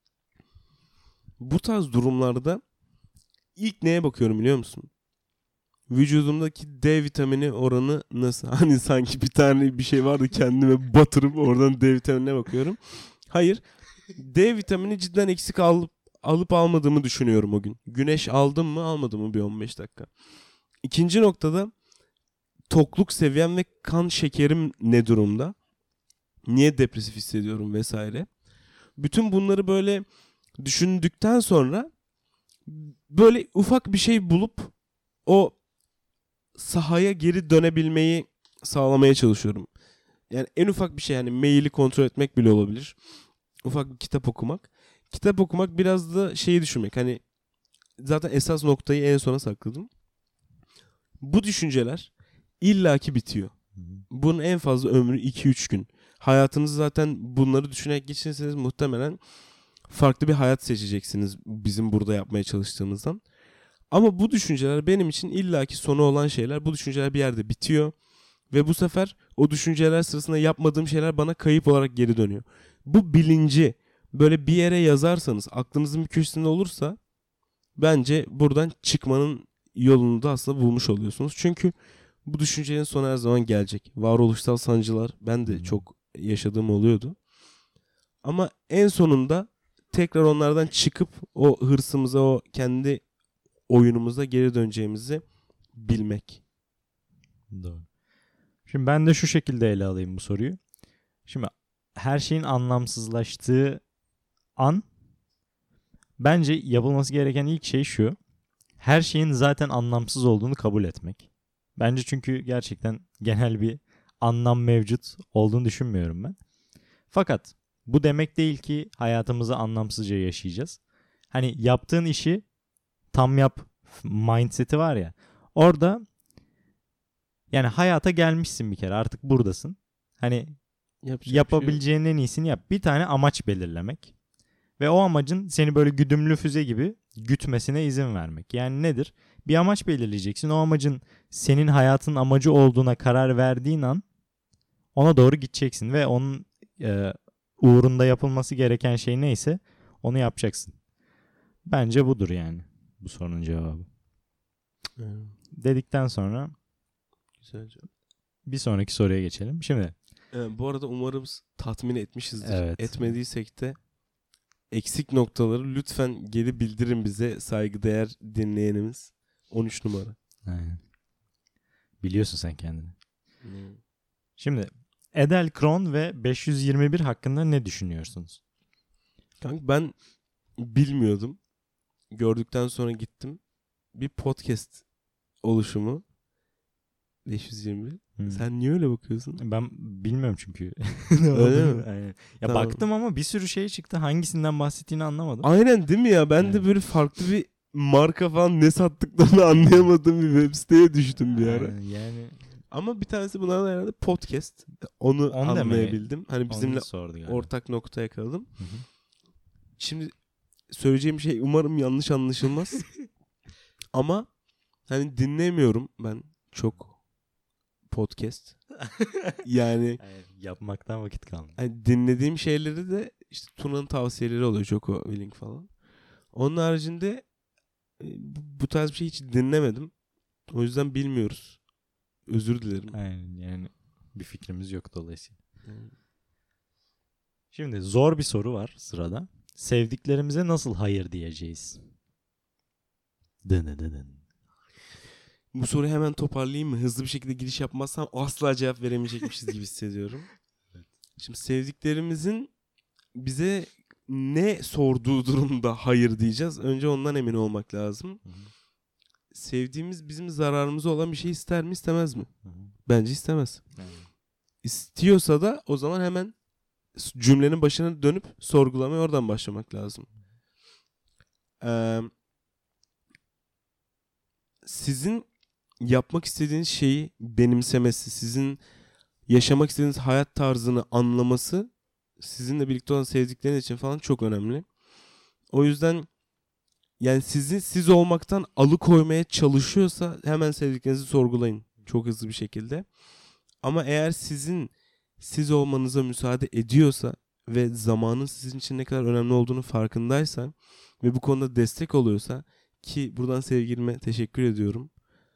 S2: Bu tarz durumlarda ilk neye bakıyorum biliyor musun? Vücudumdaki D vitamini oranı nasıl? Hani sanki bir tane bir şey vardı, kendime batırıp oradan D vitaminine bakıyorum. Hayır. D vitamini cidden eksik alıp almadığımı düşünüyorum o gün. Güneş aldım mı almadım mı bir 15 dakika. İkinci noktada tokluk seviyem ve kan şekerim ne durumda? Niye depresif hissediyorum vesaire. Bütün bunları böyle düşündükten sonra böyle ufak bir şey bulup o sahaya geri dönebilmeyi sağlamaya çalışıyorum. Yani en ufak bir şey, yani maili kontrol etmek bile olabilir. Ufak bir kitap okumak. Kitap okumak biraz da şeyi düşünmek. Hani zaten esas noktayı en sona sakladım. Bu düşünceler illaki bitiyor. Bunun en fazla ömrü 2-3 gün. Hayatınızı zaten bunları düşünerek geçirseniz muhtemelen farklı bir hayat seçeceksiniz bizim burada yapmaya çalıştığımızdan. Ama bu düşünceler benim için illaki sonu olan şeyler. Bu düşünceler bir yerde bitiyor. Ve bu sefer o düşünceler sırasında yapmadığım şeyler bana kayıp olarak geri dönüyor. Bu bilinci böyle bir yere yazarsanız, aklınızın bir köşesinde olursa, bence buradan çıkmanın yolunu da aslında bulmuş oluyorsunuz. Çünkü bu düşüncelerin sonu her zaman gelecek. Varoluşsal sancılar ben de çok yaşadığım oluyordu. Ama en sonunda tekrar onlardan çıkıp o hırsımıza, o kendi oyunumuza geri döneceğimizi bilmek.
S1: Doğru. Şimdi ben de şu şekilde ele alayım bu soruyu. Şimdi her şeyin anlamsızlaştığı an, bence yapılması gereken ilk şey şu. Her şeyin zaten anlamsız olduğunu kabul etmek. Bence çünkü gerçekten genel bir anlam mevcut olduğunu düşünmüyorum ben. Fakat bu demek değil ki hayatımızı anlamsızca yaşayacağız. Hani yaptığın işi tam yap mindseti var ya. Orada yani hayata gelmişsin bir kere, artık buradasın. Hani yapabileceğin en iyisini yap. Bir tane amaç belirlemek. Ve o amacın seni böyle güdümlü füze gibi gütmesine izin vermek. Yani nedir? Bir amaç belirleyeceksin. O amacın senin hayatın amacı olduğuna karar verdiğin an ona doğru gideceksin. Ve onun uğrunda yapılması gereken şey neyse onu yapacaksın. Bence budur yani bu sorunun cevabı. Dedikten sonra
S2: Güzelce.
S1: bir sonraki soruya geçelim. Şimdi
S2: bu arada umarım tatmin etmişizdir.
S1: Evet.
S2: Etmediysek de eksik noktaları lütfen geri bildirin bize, saygıdeğer dinleyenimiz. 13 numara.
S1: Aynen. Biliyorsun sen kendini. Şimdi Edelkron ve 521 hakkında ne düşünüyorsunuz?
S2: Kanka ben bilmiyordum. Gördükten sonra gittim. Bir podcast oluşumu 521. Sen niye öyle bakıyorsun?
S1: Ben bilmiyorum çünkü.
S2: Öyle mi?
S1: Aynen. Ya
S2: Tamam.
S1: baktım ama bir sürü şey çıktı. Hangisinden bahsettiğini anlamadım.
S2: Aynen değil mi ya? Ben de böyle farklı bir marka falan ne sattıklarını anlayamadığım bir web siteye düştüm bir ara.
S1: Yani
S2: Ama bir tanesi bunlardan herhalde podcast. Onu anlayabildim. Hani bizimle ortak nokta yakaladım.
S1: Hı hı.
S2: Şimdi söyleyeceğim şey umarım yanlış anlaşılmaz. Ama hani dinlemiyorum ben çok podcast. Yani
S1: Yapmaktan vakit kalmıyor.
S2: Hani dinlediğim şeyleri de işte Tuna'nın tavsiyeleri oluyor. Jocko Willink falan. Onun haricinde bu tarz bir şey hiç dinlemedim. O yüzden bilmiyoruz. Özür dilerim.
S1: Aynen, yani bir fikrimiz yok dolayısıyla.
S2: Yani
S1: Şimdi zor bir soru var sırada. Sevdiklerimize nasıl hayır diyeceğiz? Dın.
S2: bu soruyu hemen toparlayayım mı? Hızlı bir şekilde giriş yapmazsam asla cevap veremeyecekmişiz gibi hissediyorum. Şimdi sevdiklerimizin bize ne sorduğu durumda hayır diyeceğiz. Önce ondan emin olmak lazım.
S1: Hı hı.
S2: Sevdiğimiz bizim zararımıza olan bir şey ister mi istemez mi?
S1: Hı hı.
S2: Bence istemez.
S1: Yani,
S2: İstiyorsa da o zaman hemen cümlenin başına dönüp sorgulamaya oradan başlamak lazım. Sizin yapmak istediğiniz şeyi benimsemesi, sizin yaşamak istediğiniz hayat tarzını anlaması sizinle birlikte olan sevdikleriniz için falan çok önemli. O yüzden yani sizi siz olmaktan alıkoymaya çalışıyorsa hemen sevdiklerinizi sorgulayın çok hızlı bir şekilde. Ama eğer sizin siz olmanıza müsaade ediyorsa ve zamanın sizin için ne kadar önemli olduğunu farkındaysa ve bu konuda destek oluyorsa, ki buradan sevgilime teşekkür ediyorum.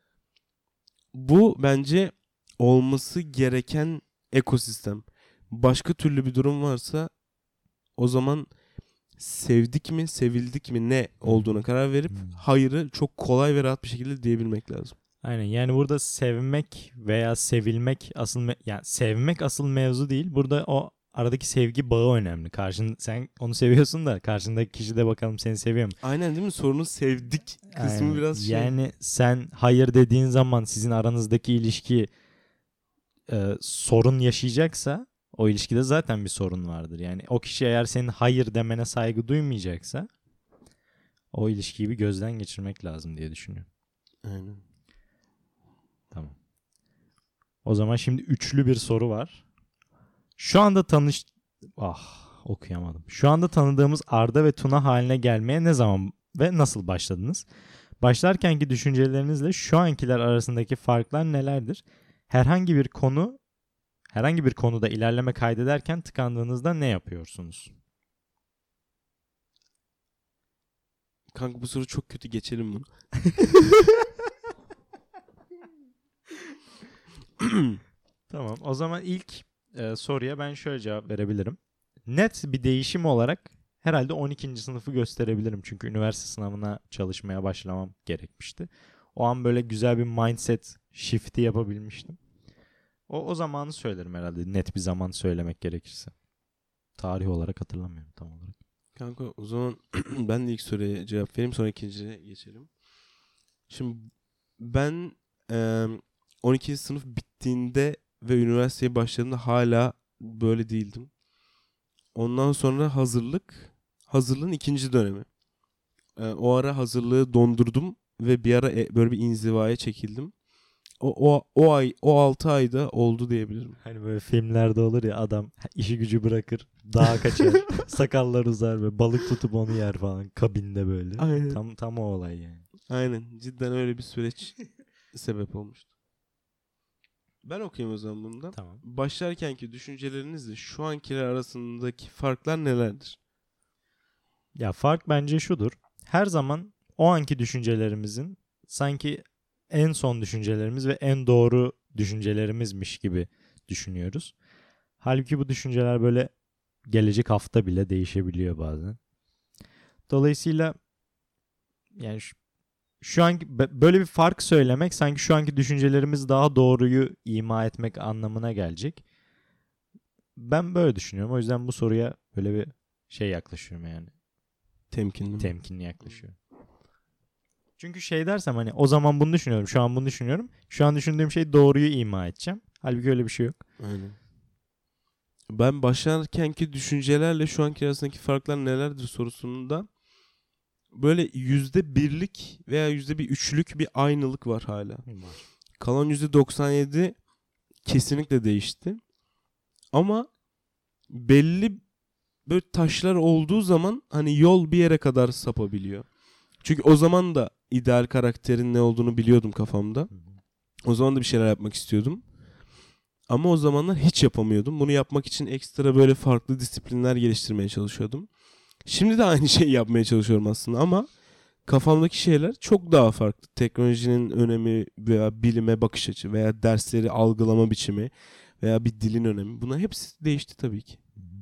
S2: Bu bence olması gereken ekosistem. Başka türlü bir durum varsa o zaman sevdik mi, sevildik mi ne olduğuna karar verip hayırı çok kolay ve rahat bir şekilde diyebilmek lazım.
S1: aynen, yani burada sevmek veya sevilmek yani sevmek asıl mevzu değil. Burada o aradaki sevgi bağı önemli. Sen onu seviyorsun da karşındaki kişi de bakalım seni seviyor mu?
S2: Aynen, değil mi? Sorunun sevdik kısmı
S1: Aynen.
S2: biraz şey.
S1: Yani sen hayır dediğin zaman sizin aranızdaki ilişki sorun yaşayacaksa o ilişkide zaten bir sorun vardır. Yani o kişi eğer senin hayır demene saygı duymayacaksa o ilişkiyi bir gözden geçirmek lazım diye düşünüyorum.
S2: Aynen.
S1: Tamam. O zaman şimdi üçlü bir soru var. Şu anda okuyamadım. Şu anda tanıdığımız Arda ve Tuna haline gelmeye ne zaman ve nasıl başladınız? Başlarkenki düşüncelerinizle şu ankiler arasındaki farklar nelerdir? Herhangi bir konuda ilerleme kaydederken tıkandığınızda ne yapıyorsunuz?
S2: Kanka bu soru çok kötü, geçelim bunu.
S1: Tamam. O zaman ilk soruya ben şöyle cevap verebilirim. Net bir değişim olarak herhalde 12. sınıfı gösterebilirim. Çünkü üniversite sınavına çalışmaya başlamam gerekmişti. O an böyle güzel bir mindset shift'i yapabilmiştim. O zamanı söylerim herhalde. Net bir zaman söylemek gerekirse. Tarih olarak hatırlamıyorum tam olarak.
S2: Kanka o zaman ben de ilk soruya cevap vereyim, sonra ikinciye geçelim. Şimdi ben 12. sınıf bittiğinde ve üniversiteye başladığımda hala böyle değildim. Ondan sonra hazırlığın ikinci dönemi. O ara hazırlığı dondurdum ve bir ara böyle bir inzivaya çekildim. O 6 ayda oldu diyebilirim.
S1: Hani böyle filmlerde olur ya, adam işi gücü bırakır, dağa kaçar, sakallar uzar ve balık tutup onu yer falan kabinde böyle.
S2: Aynen.
S1: Tam o olay yani.
S2: Aynen. Cidden öyle bir süreç sebep olmuştu. Ben okuyayım o zaman bunu da.
S1: Tamam.
S2: Başlarkenki düşüncelerinizle şu ankiler arasındaki farklar nelerdir?
S1: Ya fark bence şudur. Her zaman o anki düşüncelerimizin sanki en son düşüncelerimiz ve en doğru düşüncelerimizmiş gibi düşünüyoruz. Halbuki bu düşünceler böyle gelecek hafta bile değişebiliyor bazen. Dolayısıyla yani şu anki böyle bir fark söylemek sanki şu anki düşüncelerimiz daha doğruyu ima etmek anlamına gelecek. Ben böyle düşünüyorum. O yüzden bu soruya böyle bir şey yaklaşıyorum yani. Temkinli yaklaşıyorum. Çünkü şey dersem hani o zaman bunu düşünüyorum, şu an bunu düşünüyorum. Şu an düşündüğüm şey doğruyu ima edeceğim. Halbuki öyle bir şey yok.
S2: Aynen. Ben başlarkenki düşüncelerle şu anki arasındaki farklar nelerdir sorusunda böyle %1'lik veya %3'lük bir aynılık var hala. Kalan %97 kesinlikle değişti. Ama belli böyle taşlar olduğu zaman hani yol bir yere kadar sapabiliyor. Çünkü o zaman da ideal karakterin ne olduğunu biliyordum kafamda. O zaman da bir şeyler yapmak istiyordum. Ama o zamanlar hiç yapamıyordum. Bunu yapmak için ekstra böyle farklı disiplinler geliştirmeye çalışıyordum. Şimdi de aynı şeyi yapmaya çalışıyorum aslında ama kafamdaki şeyler çok daha farklı. Teknolojinin önemi veya bilime bakış açı veya dersleri algılama biçimi veya bir dilin önemi. Bunlar hepsi değişti tabii ki.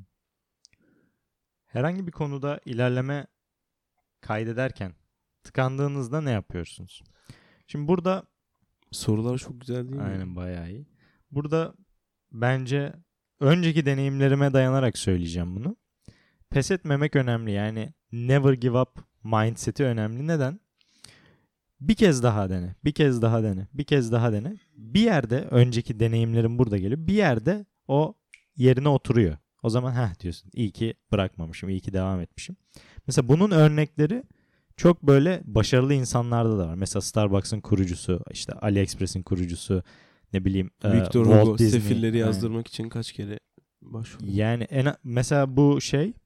S1: Herhangi bir konuda ilerleme kaydederken tıkandığınızda ne yapıyorsunuz? Şimdi burada
S2: Sorular çok güzel değil mi?
S1: aynen bayağı iyi. Burada bence önceki deneyimlerime dayanarak söyleyeceğim bunu. Pes etmemek önemli. Yani never give up mindseti önemli. Neden? Bir kez daha dene. Bir kez daha dene. Bir kez daha dene. Bir yerde önceki deneyimlerim burada geliyor. Bir yerde o yerine oturuyor. O zaman diyorsun. İyi ki bırakmamışım. İyi ki devam etmişim. Mesela bunun örnekleri çok böyle başarılı insanlarda da var. Mesela Starbucks'ın kurucusu, işte AliExpress'in kurucusu, ne bileyim
S2: Victor
S1: Walt
S2: Hugo
S1: Disney.
S2: sefilleri
S1: Yani,
S2: yazdırmak için kaç kere başvurdu?
S1: yani mesela bu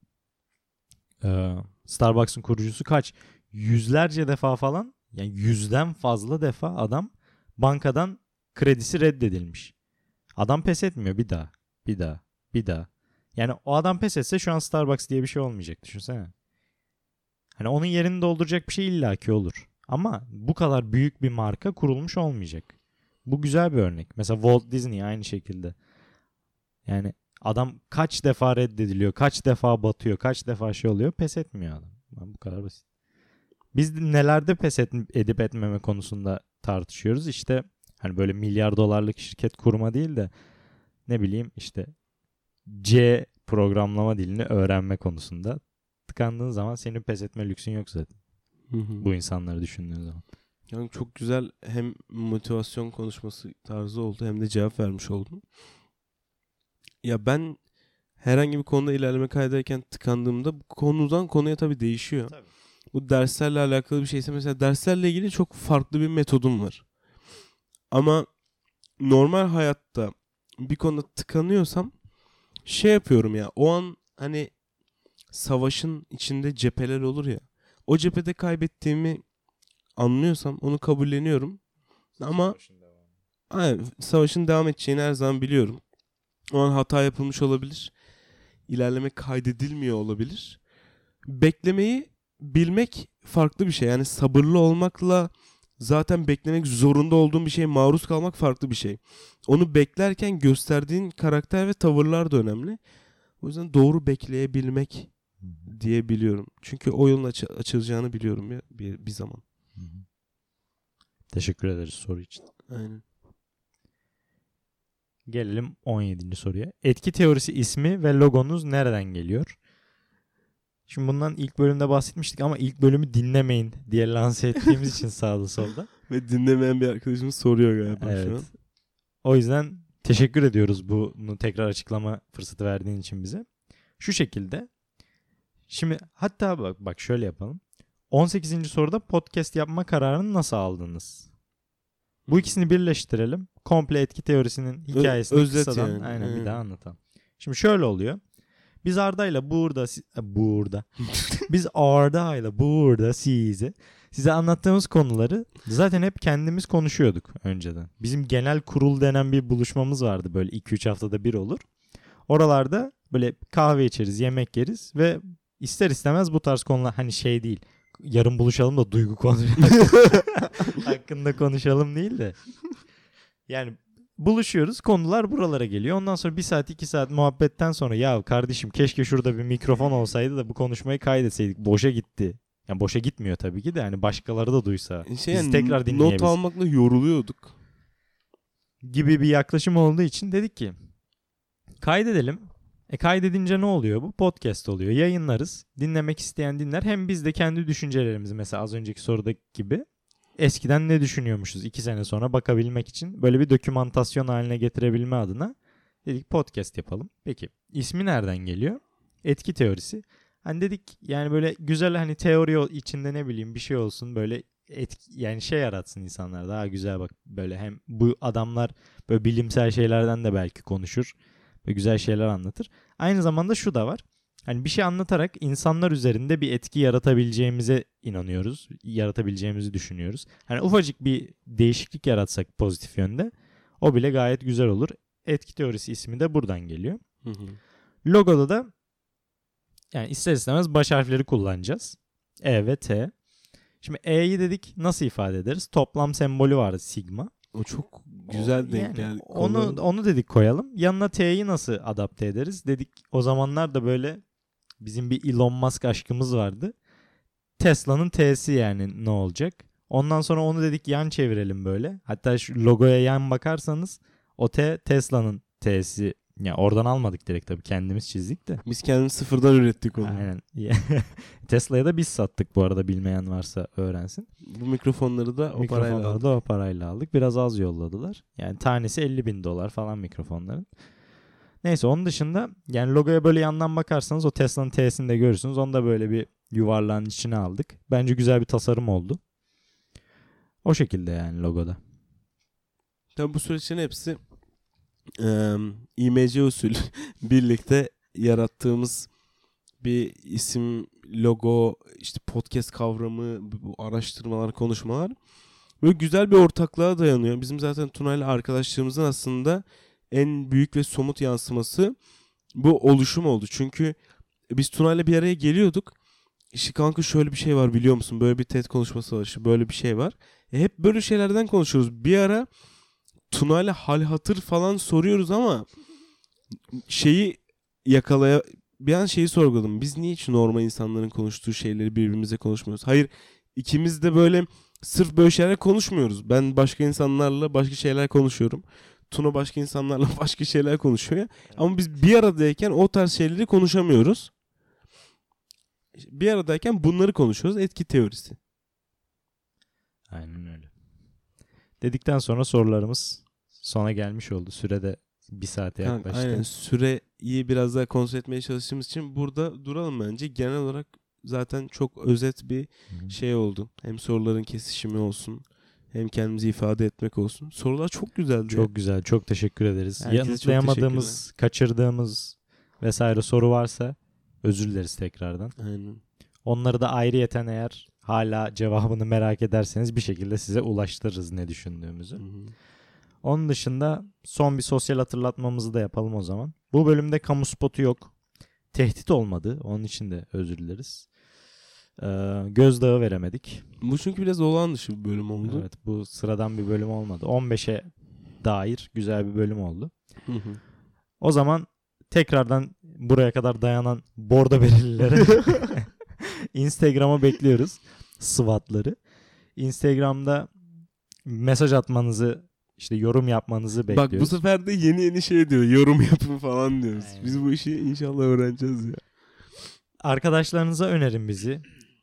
S1: Starbucks'ın kurucusu kaç? Yüzlerce defa falan, yani 100'den fazla defa adam bankadan kredisi reddedilmiş. Adam pes etmiyor bir daha. Bir daha. Bir daha. Yani o adam pes etse şu an Starbucks diye bir şey olmayacak. Düşünsene. Hani onun yerini dolduracak bir şey illaki olur. Ama bu kadar büyük bir marka kurulmuş olmayacak. Bu güzel bir örnek. Mesela Walt Disney aynı şekilde. Yani adam kaç defa reddediliyor, kaç defa batıyor, kaç defa şey oluyor, pes etmiyor adam. Bu kadar basit. Biz nelerde edip etmeme konusunda tartışıyoruz. İşte hani böyle milyar dolarlık şirket kurma değil de ne bileyim işte C programlama dilini öğrenme konusunda tıkandığın zaman senin pes etme lüksün yok zaten. Bu insanları düşündüğün zaman.
S2: Yani çok güzel hem motivasyon konuşması tarzı oldu hem de cevap vermiş oldum. Ya ben herhangi bir konuda ilerleme kaydederken tıkandığımda bu konudan konuya tabii değişiyor.
S1: Tabii.
S2: Bu derslerle alakalı bir şeyse mesela derslerle ilgili çok farklı bir metodum var. Ama normal hayatta bir konuda tıkanıyorsam şey yapıyorum ya, o an hani savaşın içinde cepheler olur ya. O cephede kaybettiğimi anlıyorsam onu kabulleniyorum. Ama savaşın devam edeceğini her zaman biliyorum. O an hata yapılmış olabilir. İlerleme kaydedilmiyor olabilir. Beklemeyi bilmek farklı bir şey. Yani sabırlı olmakla zaten beklemek zorunda olduğun bir şeye maruz kalmak farklı bir şey. Onu beklerken gösterdiğin karakter ve tavırlar da önemli. O yüzden doğru bekleyebilmek diyebiliyorum. Çünkü o yolun açılacağını biliyorum ya bir zaman.
S1: Teşekkür ederiz soru için.
S2: Aynen.
S1: Gelelim 17. soruya. Etki teorisi ismi ve logonuz nereden geliyor? Şimdi bundan ilk bölümde bahsetmiştik ama ilk bölümü dinlemeyin diye lanse ettiğimiz için sağda solda.
S2: Ve dinlemeyen bir arkadaşımız soruyor galiba
S1: Evet.
S2: şu an.
S1: O yüzden teşekkür ediyoruz bunu tekrar açıklama fırsatı verdiğin için bize. Şu şekilde. Şimdi hatta bak şöyle yapalım. 18. soruda podcast yapma kararını nasıl aldınız? Bu ikisini birleştirelim. Komple etki teorisinin hikayesini
S2: özet
S1: kısadan
S2: yani.
S1: aynen bir daha anlatalım. Şimdi şöyle oluyor. Biz Arda'yla burada biz Arda'yla burada size anlattığımız konuları zaten hep kendimiz konuşuyorduk önceden. Bizim genel kurul denen bir buluşmamız vardı, böyle 2-3 haftada bir olur. Oralarda böyle kahve içeriz, yemek yeriz ve ister istemez bu tarz konular, hani şey değil. Yarın buluşalım da duygu konusu hakkında konuşalım değil de. Yani buluşuyoruz, konular buralara geliyor. Ondan sonra 1 saat 2 saat muhabbetten sonra ya kardeşim keşke şurada bir mikrofon olsaydı da bu konuşmayı kaydetseydik. Boşa gitti. Yani boşa gitmiyor tabii ki de, hani başkaları da duysa. Biz
S2: Yani
S1: tekrar dinleyebiliriz.
S2: not almakla yoruluyorduk.
S1: Gibi bir yaklaşım olduğu için dedik ki kaydedelim. Kaydedince ne oluyor bu? Podcast oluyor. Yayınlarız. Dinlemek isteyen dinler. Hem biz de kendi düşüncelerimizi, mesela az önceki sorudaki gibi eskiden ne düşünüyormuşuz 2 sene sonra bakabilmek için böyle bir dokümantasyon haline getirebilme adına dedik podcast yapalım. Peki ismi nereden geliyor? Etki teorisi. Hani dedik yani böyle güzel, hani teori içinde ne bileyim bir şey olsun, böyle yani şey yaratsın insanlar, daha güzel, bak böyle hem bu adamlar böyle bilimsel şeylerden de belki konuşur ve güzel şeyler anlatır. Aynı zamanda şu da var. Hani bir şey anlatarak insanlar üzerinde bir etki yaratabileceğimize inanıyoruz. Yaratabileceğimizi düşünüyoruz. Hani ufacık bir değişiklik yaratsak pozitif yönde, o bile gayet güzel olur. etki teorisi ismi de buradan geliyor.
S2: Hı hı.
S1: Logoda da yani ister istemez baş harfleri kullanacağız. E ve T. Şimdi E'yi dedik nasıl ifade ederiz? Toplam sembolü var sigma.
S2: O çok güzel denk geldi.
S1: Onu dedik koyalım. Yanına T'yi nasıl adapte ederiz? Dedik o zamanlar da böyle bizim bir Elon Musk aşkımız vardı. Tesla'nın T'si yani ne olacak? Ondan sonra onu dedik yan çevirelim böyle. Hatta şu logoya yan bakarsanız o T Tesla'nın T'si. Ya oradan almadık direkt tabii kendimiz çizdik de.
S2: Biz kendimiz sıfırdan ürettik onu.
S1: Aynen. Tesla'ya da biz sattık bu arada bilmeyen varsa öğrensin.
S2: Bu mikrofonları da o parayla aldık.
S1: Da o parayla aldık. Biraz az yolladılar. Yani tanesi $50,000 falan mikrofonların. Neyse onun dışında yani logoya böyle yandan bakarsanız o Tesla'nın T'sini de görürsünüz. Onu da böyle bir yuvarlağın içine aldık. Bence güzel bir tasarım oldu. O şekilde yani logoda.
S2: Tabii bu süreçlerin hepsi IMC usulü birlikte yarattığımız bir isim, logo, işte podcast kavramı, bu araştırmalar, konuşmalar böyle güzel bir ortaklığa dayanıyor. Bizim zaten Tuna'yla arkadaşlığımızın aslında en büyük ve somut yansıması bu oluşum oldu. Çünkü biz Tuna'yla bir araya geliyorduk. İşte kanka şöyle bir şey var biliyor musun? Böyle bir TED konuşması var. İşte böyle bir şey var. Hep böyle şeylerden konuşuyoruz. Bir ara Tuna'yla hal hatır falan soruyoruz ama şeyi bir an şeyi sorguladım. Biz niye hiç normal insanların konuştuğu şeyleri birbirimize konuşmuyoruz? Hayır, ikimiz de böyle sırf böyle şeyler konuşmuyoruz. Ben başka insanlarla başka şeyler konuşuyorum. Tuna başka insanlarla başka şeyler konuşuyor ya. Ama biz bir aradayken o tarz şeyleri konuşamıyoruz. Bir aradayken bunları konuşuyoruz. Etki teorisi.
S1: Aynen öyle. Dedikten sonra sorularımız sona gelmiş oldu. Sürede 1 saate yaklaştı.
S2: Aynen, süreyi biraz daha kontrol etmeye çalıştığımız için burada duralım bence. Genel olarak zaten çok özet bir şey oldu. Hem soruların kesişimi olsun, hem kendimizi ifade etmek olsun. Sorular çok güzeldi.
S1: Çok güzel. Çok teşekkür ederiz.
S2: Herkese
S1: Yanıtlayamadığımız, kaçırdığımız vesaire soru varsa özür dileriz tekrardan.
S2: Aynen.
S1: Onları da ayrıyeten eğer hala cevabını merak ederseniz bir şekilde size ulaştırırız ne düşündüğümüzü.
S2: Hı-hı.
S1: Onun dışında son bir sosyal hatırlatmamızı da yapalım o zaman. Bu bölümde kamu spotu yok. Tehdit olmadı. Onun için de özür dileriz. Gözdağı veremedik.
S2: Bu çünkü biraz olağan dışı bir bölüm oldu.
S1: Evet, bu sıradan bir bölüm olmadı. 15'e dair güzel bir bölüm oldu.
S2: Hı-hı.
S1: O zaman tekrardan buraya kadar dayanan bordo belirlilere Instagram'a bekliyoruz. SWAT'ları. Instagram'da mesaj atmanızı, işte yorum yapmanızı bekliyoruz.
S2: Bak bu sefer de yeni şey diyor. Yorum yapın falan diyoruz.
S1: Aynen.
S2: Biz bu işi inşallah öğreneceğiz ya.
S1: Arkadaşlarınıza önerin bizi.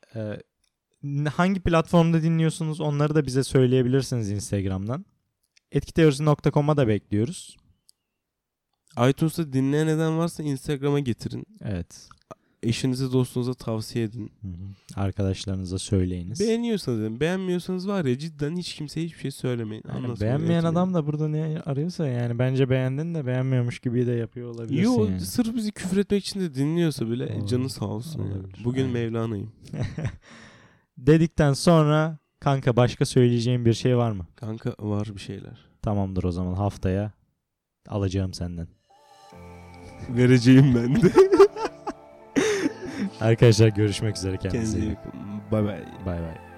S1: Hangi platformda dinliyorsunuz onları da bize söyleyebilirsiniz Instagram'dan. Etkiteorisi.com'a da bekliyoruz.
S2: iTunes'ta dinleyen neden varsa Instagram'a getirin.
S1: Evet.
S2: Eşinize, dostunuza tavsiye edin.
S1: Arkadaşlarınıza söyleyiniz.
S2: Beğeniyorsanız edin. Beğenmiyorsanız var ya cidden hiç kimseye hiçbir şey söylemeyin.
S1: Yani beğenmeyen adam da burada ne arıyorsa yani bence beğendin de beğenmiyormuş gibi de yapıyor olabilirsin
S2: Yo,
S1: yani.
S2: sırf bizi küfür etmek için de dinliyorsa bile
S1: Olabilir.
S2: canı sağ olsun. Yani.
S1: Olabilir.
S2: Bugün
S1: Aynen.
S2: Mevlana'yım.
S1: Dedikten sonra kanka başka söyleyeceğim bir şey var mı?
S2: Kanka var bir şeyler.
S1: Tamamdır o zaman haftaya alacağım senden.
S2: Vereceğim ben de.
S1: Arkadaşlar görüşmek üzere kendinize.
S2: Kendinize iyi bakın. Bye bye.
S1: Bay bay.